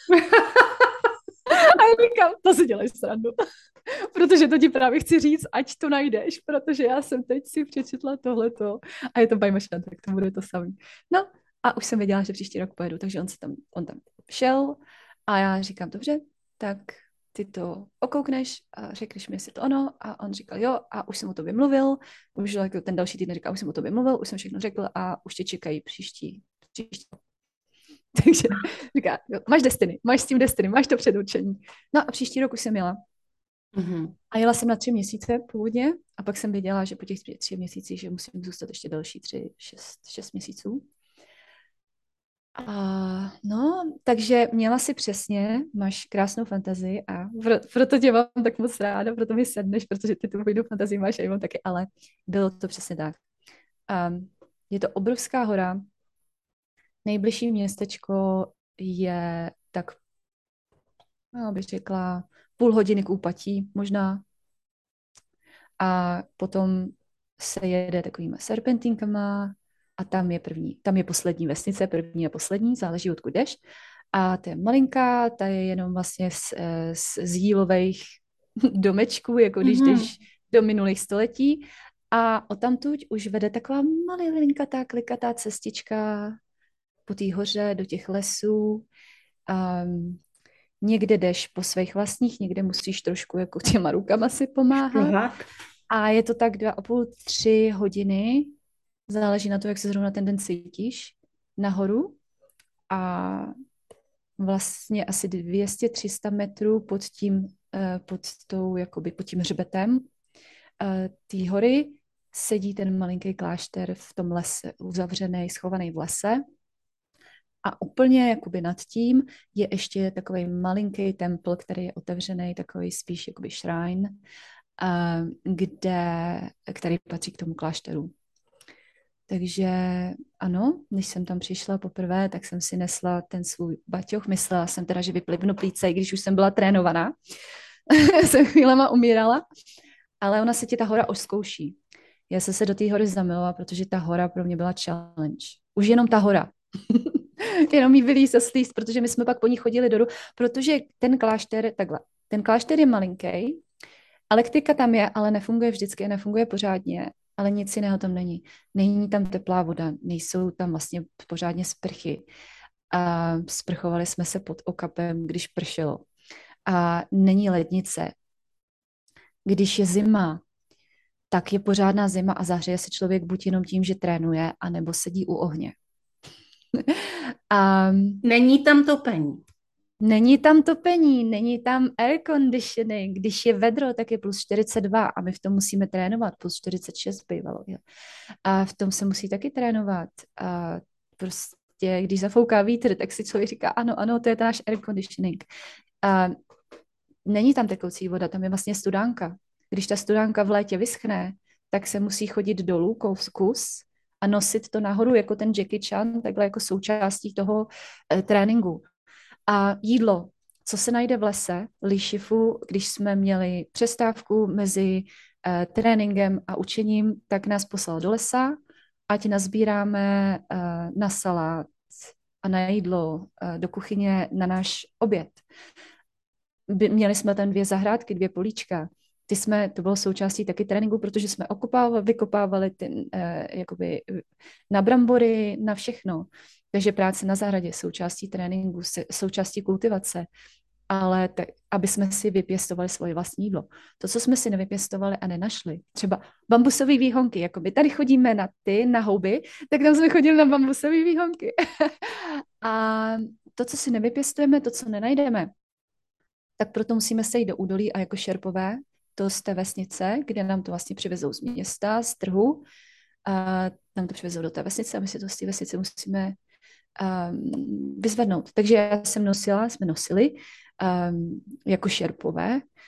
A já říkám, to si dělej srandu. Protože to ti právě chci říct, ať to najdeš, protože já jsem teď si přečetla tohleto a je to Bajmašan, tak to bude to samý. No a už jsem věděla, že příští rok pojedu, takže on se tam, on tam šel a já říkám, dobře, tak ty to okoukneš a řekneš mi, jestli to ono. A on říkal, jo, a už jsem o tobě mluvil, už jako ten další týden říkal, už jsem o tobě mluvil, už jsem všechno řekl a už tě čekají příští, příští. Takže říká, jo, máš destiny, máš s tím destiny, máš to předurčení. No a příští rok už jsem jela. Mhm. A jela jsem na tři měsíce původně a pak jsem věděla, že po těch tři měsících, že musím zůstat ještě další tři, šest, šest měsíců. A no, takže měla si přesně, máš krásnou fantazii a pro, proto tě mám tak moc ráda, proto mi sedneš, protože ty tu vojdu fantazii máš a já mám taky, ale bylo to přesně tak. Um, je to obrovská hora, nejbližší městečko je tak, no, bych řekla, půl hodiny k úpatí možná. A potom se jede takovýma serpentínkama a tam je první, tam je poslední vesnice, první a poslední, záleží odkud jdeš. A to je malinká, ta je jenom vlastně z, z, z jílových domečků, jako když Mhm. jdeš do minulých století. A odtamtud už vede taková malinkatá, klikatá cestička po té hoře do těch lesů. Um, někde jdeš po svých vlastních, někde musíš trošku jako těma rukama si pomáhat. Šplhat. A je to tak dva a půl, tři hodiny, záleží na to, jak se zrovna ten den cítíš, nahoru a vlastně asi dvě stě tři sta metrů pod tím, eh, pod tou, jakoby pod tím hřbetem eh, té hory sedí ten malinký klášter v tom lese, uzavřený, schovaný v lese. A úplně jakoby nad tím je ještě takový malinký templ, který je otevřený, takový spíš jakoby shrine, kde, který patří k tomu klášteru. Takže ano, když jsem tam přišla poprvé, tak jsem si nesla ten svůj baťoch. Myslela jsem teda, že vyplivnu plíce, i když už jsem byla trénovaná. jsem chvílema umírala, ale ona se ti ta hora odzkouší. Já jsem se do té hory zamilovala, protože ta hora pro mě byla challenge. Už jenom ta hora. jenom jí vylíz a slíz, protože my jsme pak po ní chodili dolů, protože ten klášter, takhle, ten klášter je malinký, elektrika tam je, ale nefunguje vždycky, nefunguje pořádně, ale nic jiného tam není. Není tam teplá voda, nejsou tam vlastně pořádně sprchy. A sprchovali jsme se pod okapem, když pršelo. A není lednice. Když je zima, tak je pořádná zima a zahřeje se člověk buď jenom tím, že trénuje, anebo sedí u ohně. a Není tam topení. Není tam topení, není tam air conditioning. Když je vedro, tak je plus čtyřicet dva a my v tom musíme trénovat. Plus čtyřicet šest bývalo. Jo. A v tom se musí taky trénovat. A prostě, když zafouká vítr, tak si člověk říká, ano, ano, to je ten náš air conditioning. A není tam tekoucí voda, tam je vlastně studánka. Když ta studánka v létě vyschne, tak se musí chodit dolů kus, kus a nosit to nahoru jako ten Jackie Chan, takhle jako součástí toho eh, tréninku. A jídlo, co se najde v lese, Lišifu, když jsme měli přestávku mezi uh, tréninkem a učením, tak nás poslal do lesa, ať nazbíráme uh, na salát a na jídlo uh, do kuchyně na náš oběd. By, měli jsme tam dvě zahrádky, dvě políčka. Ty jsme, to bylo součástí taky tréninku, protože jsme okupávali, vykopávali ty, uh, jakoby na brambory, na všechno. Takže práce na zahradě, součástí tréninku, součástí kultivace, ale tak, aby jsme si vypěstovali svoje vlastní jídlo. To, co jsme si nevypěstovali a nenašli, třeba bambusové výhonky, jako my tady chodíme na ty, na houby, tak tam jsme chodili na bambusové výhonky. a to, co si nevypěstujeme, to, co nenajdeme, tak proto musíme se jít do údolí a jako šerpové, to z té vesnice, kde nám to vlastně přivezou z města, z trhu, a nám to přivezou do té vesnice a my si to z té vesnice musíme um, vyzvednout. Takže já jsem nosila, jsme nosili um, jako šerpové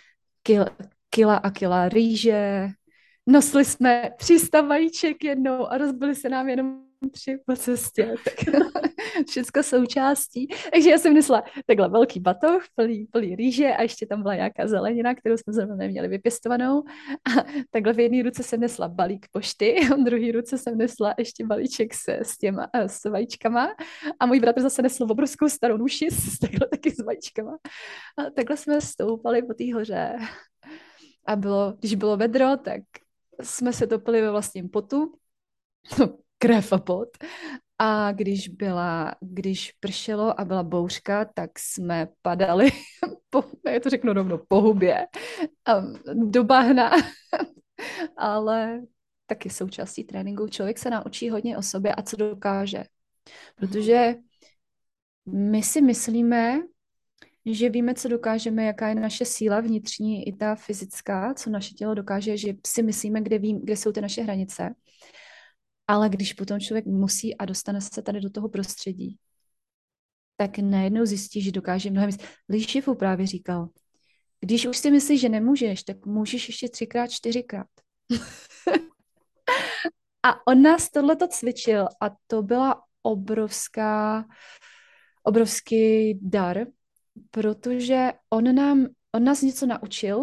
kil, kila a kila rýže, nosili jsme tři sta vajíček jednou a rozbili se nám jenom tři po cestě, tak všechno součástí. Takže já jsem nesla takhle velký batoh, plný, plný rýže a ještě tam byla nějaká zelenina, kterou jsme zrovna neměli vypěstovanou. A takhle v jedné ruce jsem nesla balík pošty, a v druhé ruce jsem nesla ještě balíček se, s těma s vajíčkama a můj bratr zase nesl obrovskou starou nůši s takhle taky s vajíčkama. A takhle jsme stoupali po té hoře. A bylo, když bylo vedro, tak jsme se topili ve vlastním potu, krev a pot. A když byla, když pršelo a byla bouřka, tak jsme padali, po, já to řeknu rovnou, po hubě, a do bahna. Ale taky součástí tréninku. Člověk se naučí hodně o sobě a co dokáže. Protože my si myslíme, že víme, co dokážeme, jaká je naše síla vnitřní i ta fyzická, co naše tělo dokáže, že si myslíme, kde, vím, kde jsou ty naše hranice. Ale když potom člověk musí a dostane se tady do toho prostředí, tak najednou zjistí, že dokáže mnohem víc. Líšivu právě říkal, když už si myslíš, že nemůžeš, tak můžeš ještě třikrát, čtyřikrát. A on nás tohleto cvičil a to byla obrovská, obrovský dar, protože on nám, on nás něco naučil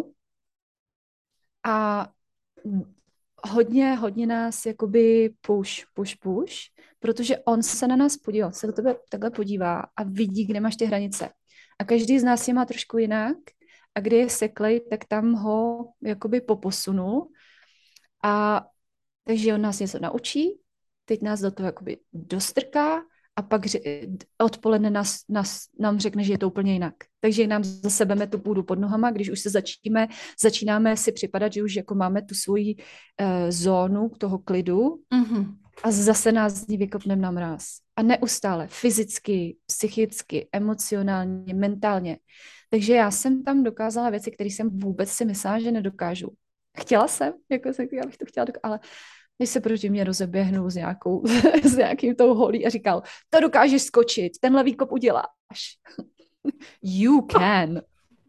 a hodně, hodně nás jakoby push, push, push, protože on se na nás podívá, se do tebe takhle podívá a vidí, kde máš ty hranice. A každý z nás je má trošku jinak a kde je seklej, tak tam ho jakoby poposunul. A takže on nás něco naučí, teď nás do toho jakoby dostrká a pak ře- odpoledne nás, nás, nám řekne, že je to úplně jinak. Takže nám zase veme tu půdu pod nohama, když už se začíme, začínáme si připadat, že už jako máme tu svoji uh, zónu toho klidu Mm-hmm. a zase nás z ní vykopneme na mráz. A neustále, fyzicky, psychicky, emocionálně, mentálně. Takže já jsem tam dokázala věci, které jsem vůbec si myslela, že nedokážu. Chtěla jsem, jako jsem, já bych to chtěla, dokážu, ale když se proti mě rozeběhnul s, nějakou, s nějakým tou holí a říkal, to dokážeš skočit, tenhle výkop uděláš. You can.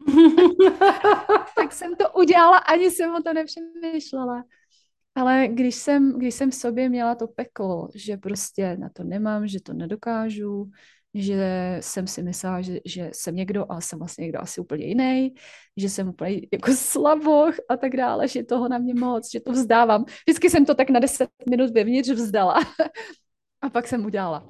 Tak jsem to udělala, ani jsem o to nepřemýšlela. Ale když jsem, když jsem v sobě měla to peklo, že prostě na to nemám, že to nedokážu, že jsem si myslela, že, že jsem někdo, ale jsem vlastně někdo asi úplně jiný, že jsem úplně jako slaboch a tak dále, že toho na mě moc, že to vzdávám. Vždycky jsem to tak na deset minut vevnitř vzdala. A pak jsem udělala.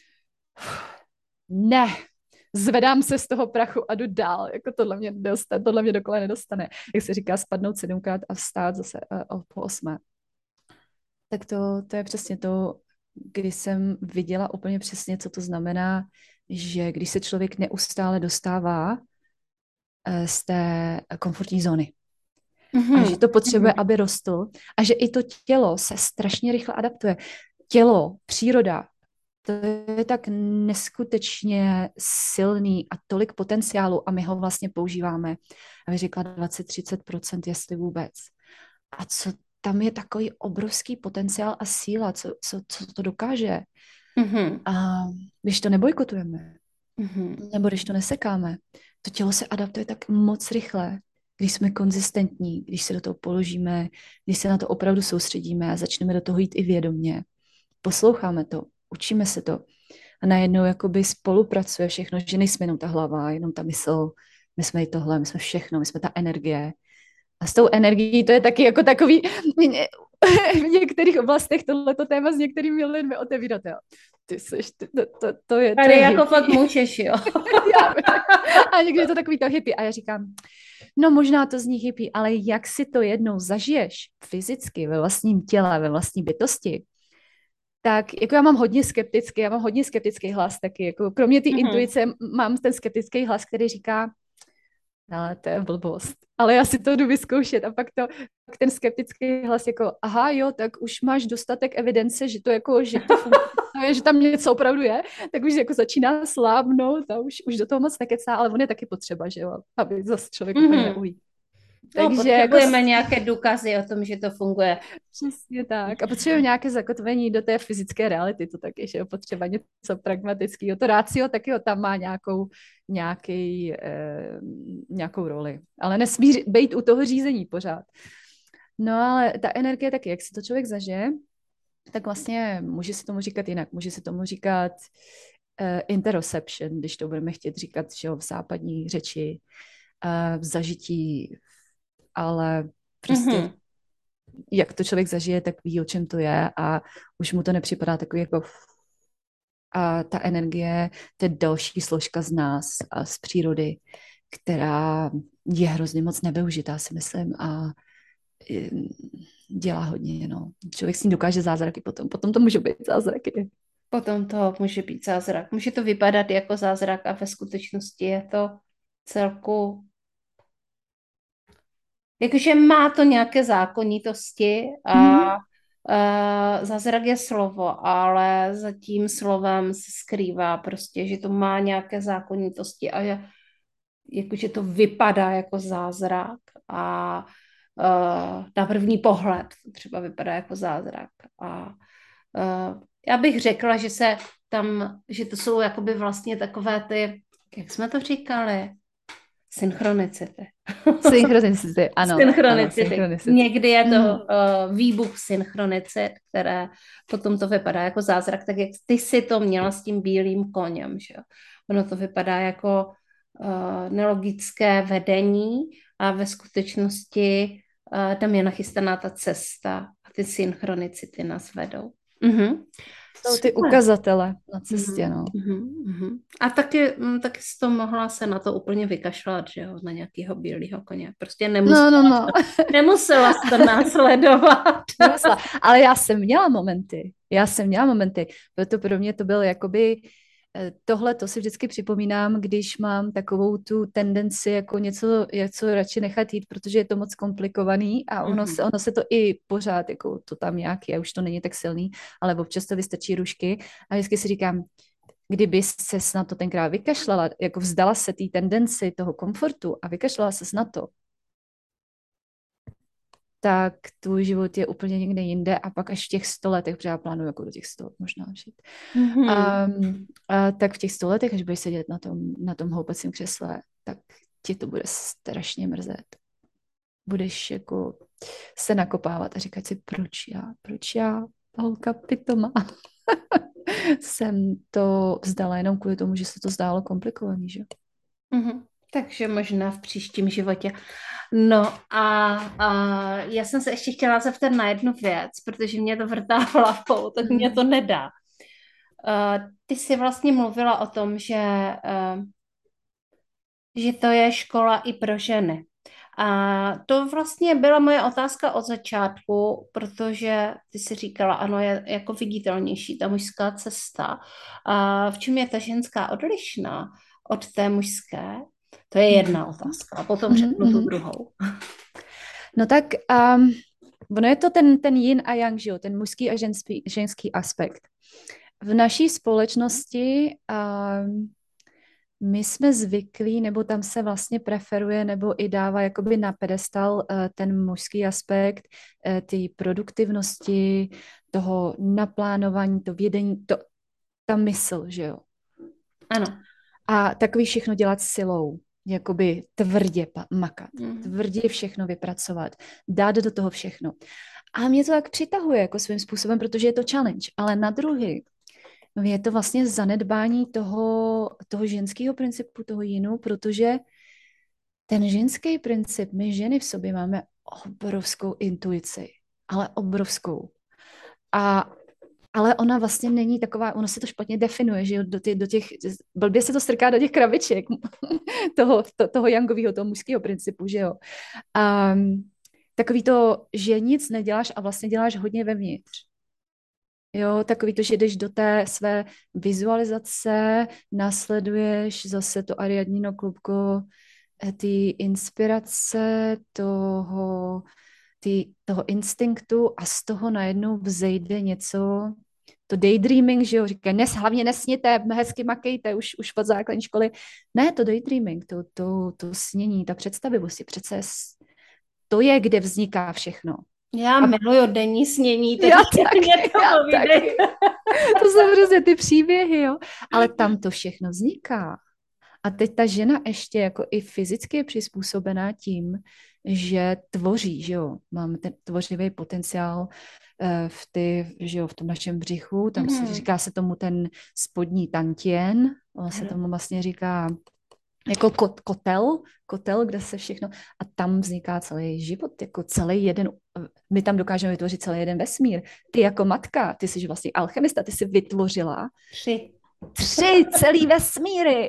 Ne, zvedám se z toho prachu a jdu dál. Jako tohle mě, dostane, tohle mě do kole nedostane. Jak se říká, spadnout sedmkrát a vstát zase uh, po osmé. Tak to, to je přesně to, kdy jsem viděla úplně přesně, co to znamená, že když se člověk neustále dostává z té komfortní zóny. Mm-hmm. A že to potřebuje, mm-hmm. aby rostl. A že i to tělo se strašně rychle adaptuje. Tělo, příroda, to je tak neskutečně silný a tolik potenciálu a my ho vlastně používáme. A vy řekla dvacet až třicet procent, jestli vůbec. A co tam je takový obrovský potenciál a síla, co, co, co to dokáže. Mm-hmm. A když to nebojkotujeme, mm-hmm. nebo když to nesekáme, to tělo se adaptuje tak moc rychle, když jsme konzistentní, když se do toho položíme, když se na to opravdu soustředíme a začneme do toho jít i vědomě. Posloucháme to, učíme se to a najednou jakoby spolupracuje všechno, že nejsme jenom ta hlava, jenom ta mysl, my jsme i tohle, my jsme všechno, my jsme ta energie. A s tou energií to je taky jako takový, v některých oblastech tohleto téma s některými lidmi otevírat, jo. Ty seš, ty, to, to, to je... Tady jako fakt můžeš, jo. A někdy je to takový to hippie. A já říkám, no možná to zní hippie, ale jak si to jednou zažiješ fyzicky ve vlastním těle, ve vlastní bytosti, tak jako já mám hodně skeptický, já mám hodně skeptický hlas taky. Jako kromě té mm-hmm. intuice mám ten skeptický hlas, který říká, ale to je blbost. Ale já si to jdu vyzkoušet a pak to, pak ten skeptický hlas jako, aha jo, tak už máš dostatek evidence, že to jako, že to funguje, že tam něco opravdu je, tak už jako začíná slábnout a už, už do toho moc nekecá, ale on je taky potřeba, že jo, aby zase člověk mm-hmm. úplně neuví. No, Takže jako potřebujeme nějaké důkazy o tom, že to funguje. přesně tak. A potřebujeme nějaké zakotvení do té fyzické reality, to taky, že jo, potřeba něco pragmatického. To rácio taky jo, tam má nějakou, nějaký, eh, nějakou roli. Ale nesmí být u toho řízení pořád. No ale ta energie taky, jak si to člověk zažije, tak vlastně může se tomu říkat jinak. Může se tomu říkat uh, interoception, když to budeme chtít říkat, že jo, v západní řeči, uh, v zažití, ale prostě Mm-hmm. jak to člověk zažije, tak ví, o čem to je a už mu to nepřipadá takový jako a ta energie, to je další složka z nás a z přírody, která je hrozně moc nevyužitá, si myslím, a dělá hodně, no. Člověk s ní dokáže zázraky potom. Potom to může být zázraky. Potom to může být zázrak. Může to vypadat jako zázrak a ve skutečnosti je to celku... Jakože má to nějaké zákonitosti a Mm-hmm. uh, zázrak je slovo, ale za tím slovem se skrývá prostě, že to má nějaké zákonitosti a je, jakože to vypadá jako zázrak a uh, na první pohled to třeba vypadá jako zázrak. A uh, já bych řekla, že se tam, že to jsou jakoby vlastně takové ty, jak jsme to říkali, synchronicity. Synchronicity, ano. Synchronicity. Ano, synchronicity. Někdy je to mm. uh, výbuch synchronicit, které potom to vypadá jako zázrak, tak jak ty si to měla s tím bílým koněm, že jo. Ono to vypadá jako uh, nelogické vedení a ve skutečnosti uh, tam je nachystaná ta cesta a ty synchronicity nás vedou. Mhm. Jsou ty Super. ukazatele na cestě, no. Uhum, uhum. A taky, mm, taky jsi to mohla se na to úplně vykašlat, že jo, na nějakého bílého koně. Prostě nemusela, No, no, no. nemusela jsi to následovat. Nemusela. Ale já jsem měla momenty. Já jsem měla momenty. Proto pro mě to byl jakoby tohle, to si vždycky připomínám, když mám takovou tu tendenci jako něco, něco radši nechat jít, protože je to moc komplikovaný a ono, Mhm. se, ono se to i pořád, jako to tam nějak je, už to není tak silný, ale občas to vystačí rušky a vždycky si říkám, kdyby se na to tenkrát vykašlala, jako vzdala se té tendenci toho komfortu a vykašlala se na to, tak tvůj život je úplně někde jinde a pak až v těch sto letech, protože já plánuju jako do těch sto možná žít, Mhm. um, a tak v těch sto letech, až budeš sedět na tom, na tom houpacím křesle, tak ti to bude strašně mrzet. Budeš jako se nakopávat a říkat si, proč já, proč já, holka pitoma. Jsem to vzdala jenom kvůli tomu, že se to zdálo komplikovaný, že? Mhm. Takže možná v příštím životě. No a, a já jsem se ještě chtěla zeptat na jednu věc, protože mě to vrtá hlavou, tak mě to nedá. Uh, ty jsi vlastně mluvila o tom, že, uh, že to je škola i pro ženy. A to vlastně byla moje otázka od začátku, protože ty jsi říkala, ano, je jako viditelnější ta mužská cesta. A v čem je ta ženská odlišná od té mužské? To je jedna otázka. A potom řeknu tu druhou. No tak um, ono je to ten, ten yin a yang, že jo? Ten mužský a ženský, ženský aspekt. V naší společnosti um, my jsme zvyklí, nebo tam se vlastně preferuje, nebo i dává jakoby na pedestal uh, ten mužský aspekt, uh, ty produktivnosti, toho naplánování, to vědení, to, ta mysl, že jo. Ano. A takový všechno dělat silou, jakoby tvrdě makat, Mm. tvrdě všechno vypracovat, dát do toho všechno. A mě to tak přitahuje jako svým způsobem, protože je to challenge, ale na druhý je to vlastně zanedbání toho, toho ženského principu, toho jinu, protože ten ženský princip, my ženy v sobě máme obrovskou intuici, ale obrovskou. A ale ona vlastně není taková, ono se to špatně definuje, že jo, do, tě, do těch, blbě se to strká do těch krabiček toho, to, toho jangového, toho mužského principu, že jo. A takový to, že nic neděláš a vlastně děláš hodně vevnitř. Jo, takový to, že jdeš do té své vizualizace, následuješ zase to Ariadnino klubko, ty inspirace, toho, ty, toho instinktu a z toho najednou vzejde něco, to daydreaming, že jo, říkají, nes, hlavně nesněte, hezky makejte už, už od základní školy. Ne, to daydreaming, to, to, to snění, ta představivost je přece to je, kde vzniká všechno. Já A miluju denní snění, takže já taky, mě to já povídej. taky. To jsou prostě ty příběhy, jo. Ale tam to všechno vzniká. A teď ta žena ještě jako i fyzicky je přizpůsobená tím, že tvoří, že jo. Máme ten tvořivý potenciál eh, v, ty, že jo, v tom našem břichu, tam se Mhm. říká se tomu ten spodní tantien, on se tomu vlastně říká jako kot, kotel, kotel, kde se všechno, a tam vzniká celý život, jako celý jeden, my tam dokážeme vytvořit celý jeden vesmír. Ty jako matka, ty jsi vlastně alchemista, ty jsi vytvořila Tři. tři celý vesmíry.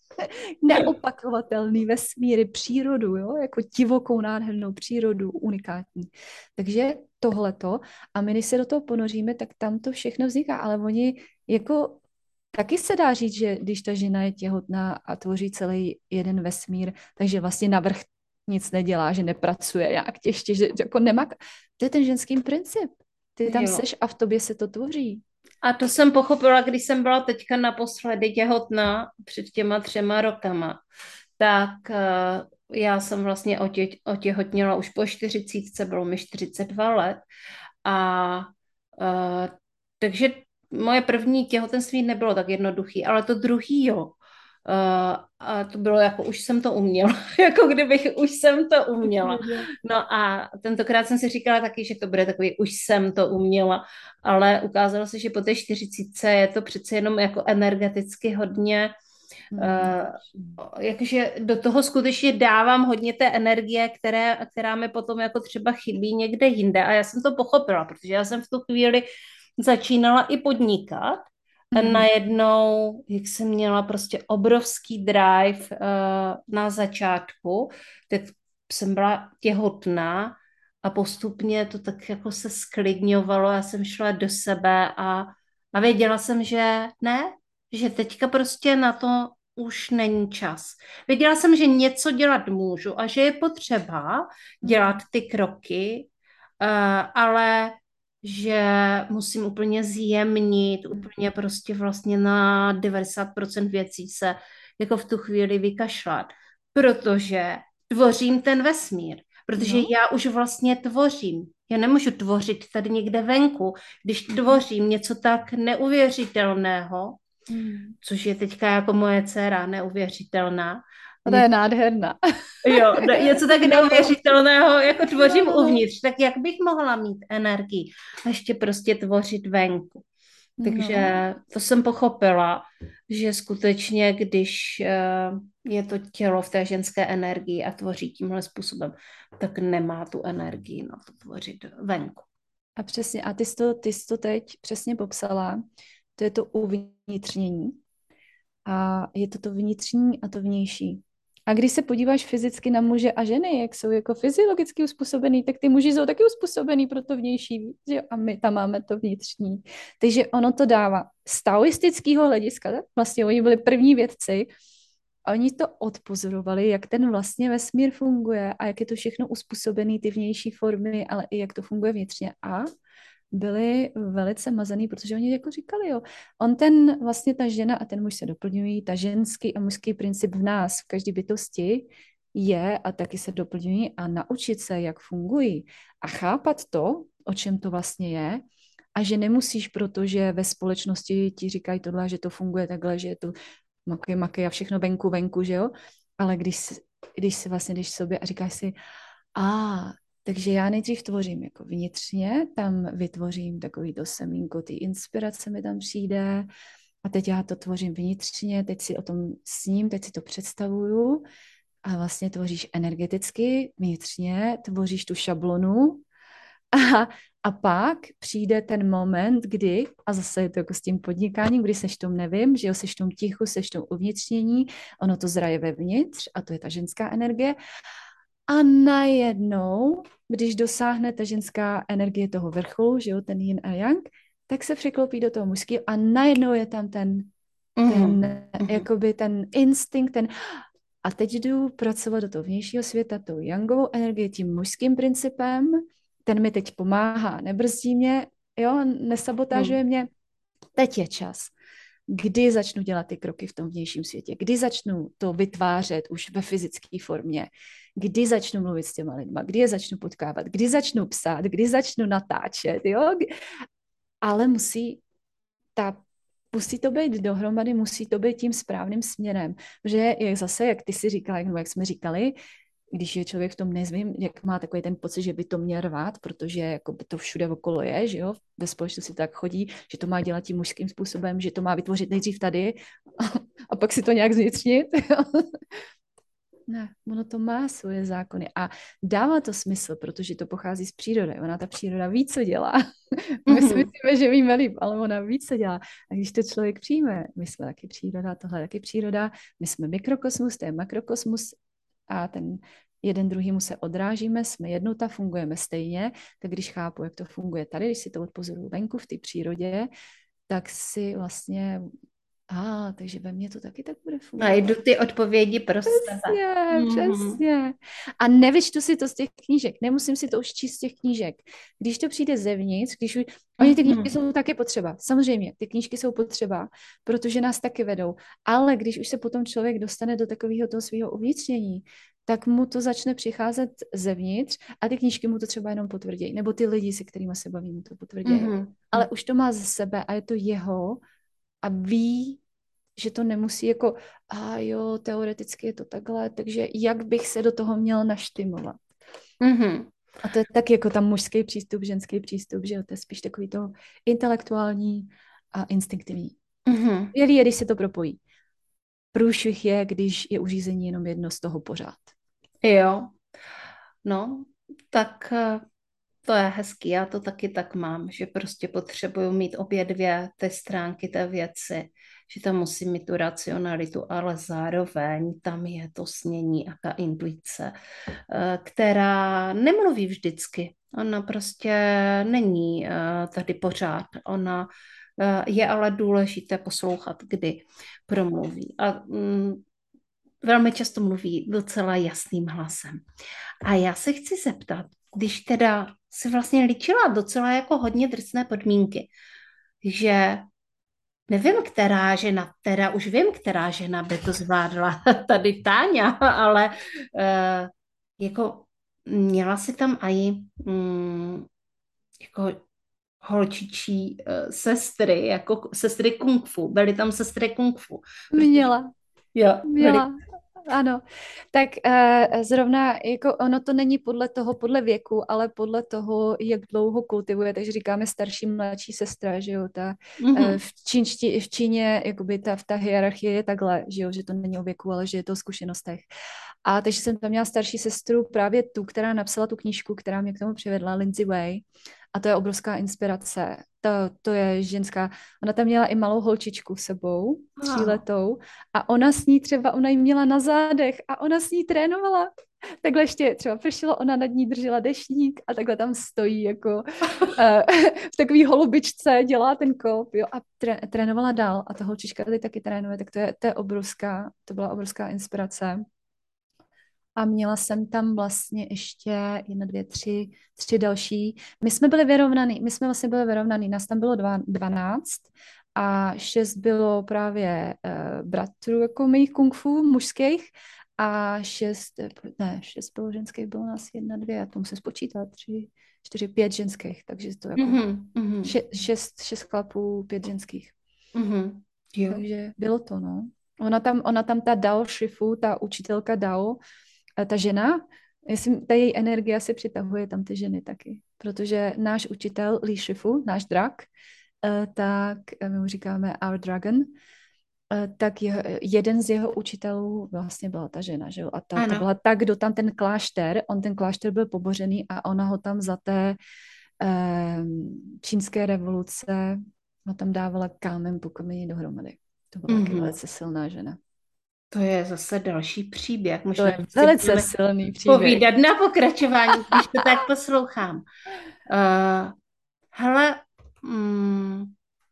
Neopakovatelný vesmíry, přírodu, jo? Jako divokou, nádhernou přírodu, unikátní. Takže tohleto, a my, když se do toho ponoříme, tak tam to všechno vzniká, ale oni jako taky se dá říct, že když ta žena je těhotná a tvoří celý jeden vesmír, takže vlastně navrch nic nedělá, že nepracuje nějak těžce, že jako nemá. To je ten ženský princip. Ty tam Jo. seš a v tobě se to tvoří. A to jsem pochopila, když jsem byla teďka naposledy těhotná před těma třema rokama. Tak eh, já jsem vlastně otě, otěhotněla už po čtyřicítce, bylo mi čtyřicet dva let. A eh, takže moje první těhotenství nebylo tak jednoduchý, ale to druhý jo. Uh, a to bylo jako, už jsem to uměla, jako kdybych už jsem to uměla. No a tentokrát jsem si říkala taky, že to bude takový, už jsem to uměla, ale ukázalo se, že po té čtyřicítce je to přece jenom jako energeticky hodně, uh, jakože do toho skutečně dávám hodně té energie, které, která mi potom jako třeba chybí někde jinde a já jsem to pochopila, protože já jsem v tu chvíli začínala i podnikat. Mm. Najednou, jak jsem měla prostě obrovský drive uh, na začátku, tak jsem byla těhotná a postupně to tak jako se sklidňovalo, já jsem šla do sebe a, a věděla jsem, že ne, že teďka prostě na to už není čas. Věděla jsem, že něco dělat můžu a že je potřeba dělat ty kroky, uh, ale že musím úplně zjemnit, úplně prostě vlastně na devadesát procent věcí se jako v tu chvíli vykašlat, protože tvořím ten vesmír, protože No. já už vlastně tvořím. Já nemůžu tvořit tady někde venku, když tvořím něco tak neuvěřitelného, Mm. což je teďka jako moje dcera neuvěřitelná. A to je nádherná. Jo, něco tak neuvěřitelného, jako tvořím No. uvnitř, tak jak bych mohla mít energii a ještě prostě tvořit venku. Takže No. to jsem pochopila, že skutečně, když eh, je to tělo v té ženské energii a tvoří tímhle způsobem, tak nemá tu energii na to tvořit venku. A přesně, a ty jsi to, ty jsi to teď přesně popsala, to je to uvnitřnění a je to to vnitřní a to vnější. A když se podíváš fyzicky na muže a ženy, jak jsou jako fyziologicky uspůsobený, tak ty muži jsou taky uspůsobený pro to vnější, že? A my tam máme to vnitřní. Takže ono to dává z taoistického hlediska, vlastně oni byli první vědci, a oni to odpozorovali, jak ten vlastně vesmír funguje a jak je to všechno uspůsobený, ty vnější formy, ale i jak to funguje vnitřně. A byli velice mazaný, protože oni jako říkali, jo, on ten, vlastně ta žena a ten muž se doplňují, ta ženský a mužský princip v nás, v každé bytosti je a taky se doplňují a naučit se, jak fungují a chápat to, o čem to vlastně je, a že nemusíš, protože ve společnosti ti říkají tohle, že to funguje takhle, že je to maky, maky a všechno venku, venku, že jo, ale když, když se vlastně jdeš sobě a říkáš si, a takže já nejdřív tvořím jako vnitřně, tam vytvořím takový to semínko, ty inspirace mi tam přijde a teď já to tvořím vnitřně, teď si o tom sním, teď si to představuju a vlastně tvoříš energeticky, vnitřně, tvoříš tu šablonu a, a pak přijde ten moment, kdy, a zase je to jako s tím podnikáním, kdy seš tom nevím, že jo, seš tom tichu, seš tom uvnitřnění, ono to zraje vevnitř a to je ta ženská energie. A najednou, když dosáhne ta ženská energie toho vrcholu, že jo, ten yin a yang, tak se překlopí do toho mužského a najednou je tam ten, ten mm-hmm. jakoby ten instinkt, ten a teď jdu pracovat do toho vnějšího světa, tou yangovou energii, tím mužským principem, ten mi teď pomáhá, nebrzdí mě, jo, nesabotážuje mě, teď je čas. kdy začnu dělat ty kroky v tom vnějším světě, kdy začnu to vytvářet už ve fyzické formě, kdy začnu mluvit s těma lidma, kdy je začnu potkávat, kdy začnu psát, kdy začnu natáčet, jo? Ale musí ta musí to být dohromady, musí to být tím správným směrem. Protože jak zase, jak ty si říkala, jak jsme říkali, když je člověk v tom nezvím, jak má takový ten pocit, že by to měl rvát, protože jako by to všude okolo je, že jo, ve společnosti tak chodí, že to má dělat tím mužským způsobem, že to má vytvořit nejdřív tady a, a pak si to nějak zvnitřnit. Ne, ono to má svoje zákony a dává to smysl, protože to pochází z přírody. Ona ta příroda ví, co dělá. My si myslíme, že víme líp, ale ona ví, co dělá. A když to člověk přijme, my jsme taky příroda, tohle je taky příroda, my jsme mikrokosmus, to je makrokosmus a ten jeden druhýmu se odrážíme, jsme jednota, fungujeme stejně, tak když chápu, jak to funguje tady, když si to odpozoruju venku v té přírodě, tak si vlastně a, ah, takže ve mně to taky tak bude fungovat. A jdu ty odpovědi pro sebe. Přesně, mm. přesně. A nevyčtu si to z těch knížek. Nemusím si to už číst z těch knížek. Když to přijde zevnitř, když už... Oni ty knížky mm. jsou taky potřeba. Samozřejmě, ty knížky jsou potřeba, protože nás taky vedou. Ale když už se potom člověk dostane do takového toho svého uvnitřnění, tak mu to začne přicházet zevnitř a ty knížky mu to třeba jenom potvrdí. Nebo ty lidi, se kterými se baví, mu to potvrdí. Mm. Ale už to má ze sebe a je to jeho a ví, že to nemusí jako, a jo, teoreticky je to takhle, takže jak bych se do toho měl naštimovat. Mm-hmm. A to je tak jako tam mužský přístup, ženský přístup, že jo, to je spíš takový to intelektuální a instinktivní. Mm-hmm. Jelí je, když se to propojí. Průšvih je, když je uřízení jenom jedno z toho pořád. Jo, no, tak to je hezký, já to taky tak mám, že prostě potřebuju mít obě dvě ty stránky té věci, že tam musím mít tu racionalitu, ale zároveň tam je to snění a ta intuice, která nemluví vždycky. Ona prostě není tady pořád. Ona je ale důležité poslouchat, kdy promluví. A mm, velmi často mluví docela jasným hlasem. A já se chci zeptat, když teda si vlastně líčila docela jako hodně drsné podmínky, že nevím, která žena, teda už vím, která žena by to zvládla, tady Táňa, ale uh, jako měla si tam i um, jako holčičí uh, sestry, jako sestry kung fu, byly tam sestry kung fu. Měla. Jo, Měla. Byly. Ano, tak uh, zrovna jako ono to není podle toho, podle věku, ale podle toho, jak dlouho kultivuje, takže říkáme starší, mladší sestra, že jo, ta mm-hmm. uh, v, čínšti, v Číně, jakoby ta, ta hierarchie je takhle, že jo, že to není o věku, ale že je to o zkušenostech. A takže jsem tam měla starší sestru, právě tu, která napsala tu knížku, která mě k tomu přivedla, Lindsay Way. A to je obrovská inspirace. To, to je ženská. Ona tam měla i malou holčičku s sebou, tříletou. A ona s ní třeba, ona jí měla na zádech a ona s ní trénovala. Takhle ještě třeba pršelo, ona nad ní držela deštník a takhle tam stojí jako uh, v takový holubičce, dělá ten kop, jo, a tré, trénovala dál. A ta holčička tady taky trénuje, tak to je, to je obrovská, to byla obrovská inspirace. A měla jsem tam vlastně ještě jedna, dvě, tři, tři další. My jsme byli vyrovnaný, my jsme vlastně byli vyrovnaný, nás tam bylo dva, dvanáct a šest bylo právě uh, bratrů jako mých kung fu mužských a šest, ne, šest bylo ženských, bylo nás jedna, dvě, já to musím spočítat, tři, čtyři, pět ženských, takže to jako mm-hmm. še, šest, šest chlapů, pět ženských. Mm-hmm. Jo. Takže bylo to, no. Ona tam, ona tam ta Dao Shifu, ta učitelka Dao, ta žena, jestli ta její energie asi přitahuje tam ty ženy taky, protože náš učitel Li Shifu, náš drak, tak my mu říkáme Our Dragon, tak je, jeden z jeho učitelů vlastně byla ta žena, že jo? A ta, ta byla ta, kdo tam ten klášter, on ten klášter byl pobořený a ona ho tam za té eh, čínské revoluce ho tam dávala kámen po kameni dohromady. To byla mm-hmm. taky velice silná žena. To je zase další příběh. Možná to je velice silný příběh. Povídat na pokračování, když to tak poslouchám. Uh, hele, mm,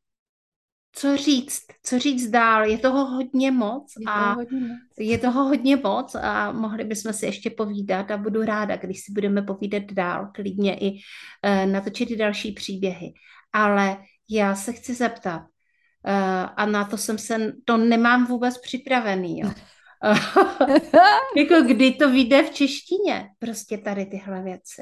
co říct? Co říct dál? Je toho hodně moc. Je a toho hodně moc. Je toho hodně moc a mohli bychom si ještě povídat a budu ráda, když si budeme povídat dál, klidně i uh, natočit další příběhy. Ale já se chci zeptat, a na to jsem se, to nemám vůbec připravený, jo. Jako kdy to vyjde v češtině, prostě tady tyhle věci.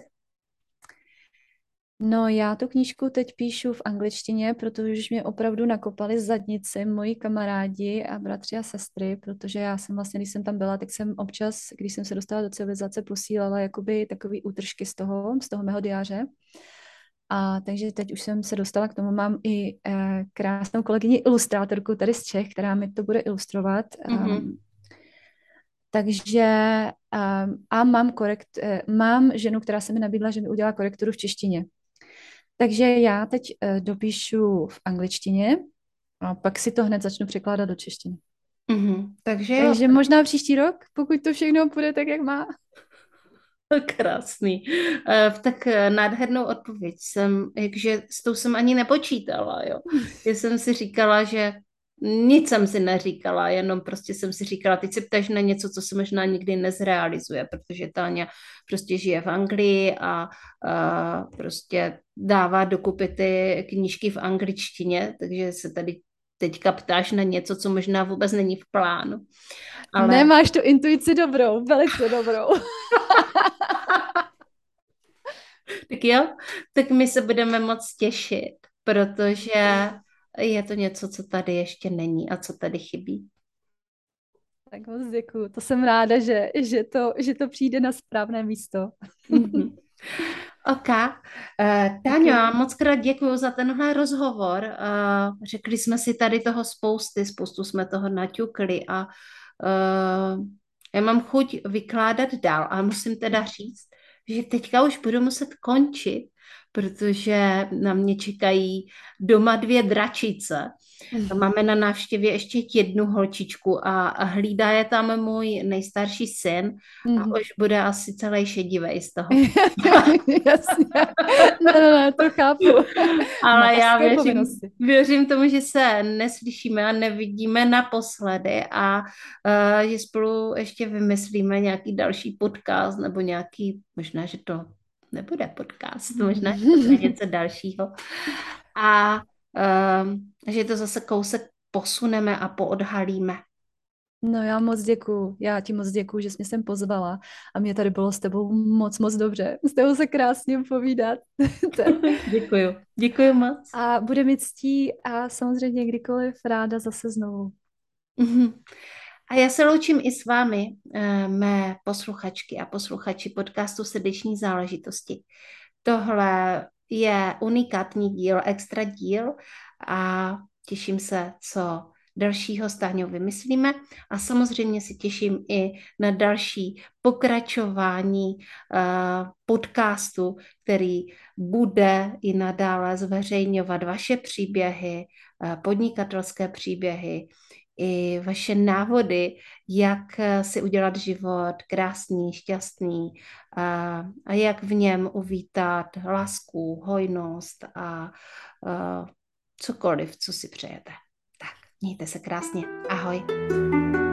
No, já tu knížku teď píšu v angličtině, protože už mě opravdu nakopali z zadnici moji kamarádi a bratři a sestry, protože já jsem vlastně, když jsem tam byla, tak jsem občas, když jsem se dostala do civilizace, posílala jakoby takový útržky z toho, z toho mého diáře. A takže teď už jsem se dostala k tomu, mám i eh, krásnou kolegyni ilustrátorku tady z Čech, která mi to bude ilustrovat. Mm-hmm. Um, takže um, a mám korekt, eh, mám ženu, která se mi nabídla, že mi udělá korekturu v češtině. Takže já teď uh, dopíšu v angličtině a pak si to hned začnu překládat do češtiny. Mm-hmm. Takže, Takže možná příští rok, pokud to všechno půjde tak, jak má. Krásný. Uh, tak nádhernou odpověď jsem, jakže s tou jsem ani nepočítala, jo. Já jsem si říkala, že nic jsem si neříkala, jenom prostě jsem si říkala, teď se ptáš na něco, co se možná nikdy nezrealizuje, protože Táňa prostě žije v Anglii a uh, prostě dává dokupy ty knížky v angličtině, takže se tady teďka ptáš na něco, co možná vůbec není v plánu. Ale... Nemáš tu intuici dobrou, velice dobrou. Tak jo, tak my se budeme moc těšit, protože je to něco, co tady ještě není a co tady chybí. Tak moc děkuju. To jsem ráda, že, že, to, že to přijde na správné místo. Mm-hmm. OK. Uh, Táňo, okay. Moc krát děkuju za tenhle rozhovor. Uh, řekli jsme si tady toho spousty, spoustu jsme toho naťukli a uh, já mám chuť vykládat dál, ale musím teda říct, že teďka už budu muset končit, protože na mě čekají doma dvě dračice. Máme na návštěvě ještě jednu holčičku a hlídá je tam můj nejstarší syn a mm. už bude asi celý šedivej z toho. Jasně. No, no, no, to chápu. Ale já věřím, věřím tomu, že se neslyšíme a nevidíme naposledy a uh, že spolu ještě vymyslíme nějaký další podcast nebo nějaký, možná, že to nebude podcast, možná, že to bude něco dalšího. A um, že to zase kousek posuneme a poodhalíme. No já moc děkuju, já ti moc děkuju, že jsi mě sem pozvala a mě tady bylo s tebou moc, moc dobře. S tebou se krásně povídat. Děkuju, děkuju moc. A bude mi ctí a samozřejmě kdykoliv ráda zase znovu. Mm-hmm. A já se loučím i s vámi, mé posluchačky a posluchači podcastu Srdeční záležitosti. Tohle je unikátní díl, extra díl a těším se, co dalšího s Táňou vymyslíme a samozřejmě si těším i na další pokračování uh, podcastu, který bude i nadále zveřejňovat vaše příběhy, uh, podnikatelské příběhy, i vaše návody, jak si udělat život krásný, šťastný a, a jak v něm uvítat lásku, hojnost a, a cokoliv, co si přejete. Tak, mějte se krásně. Ahoj.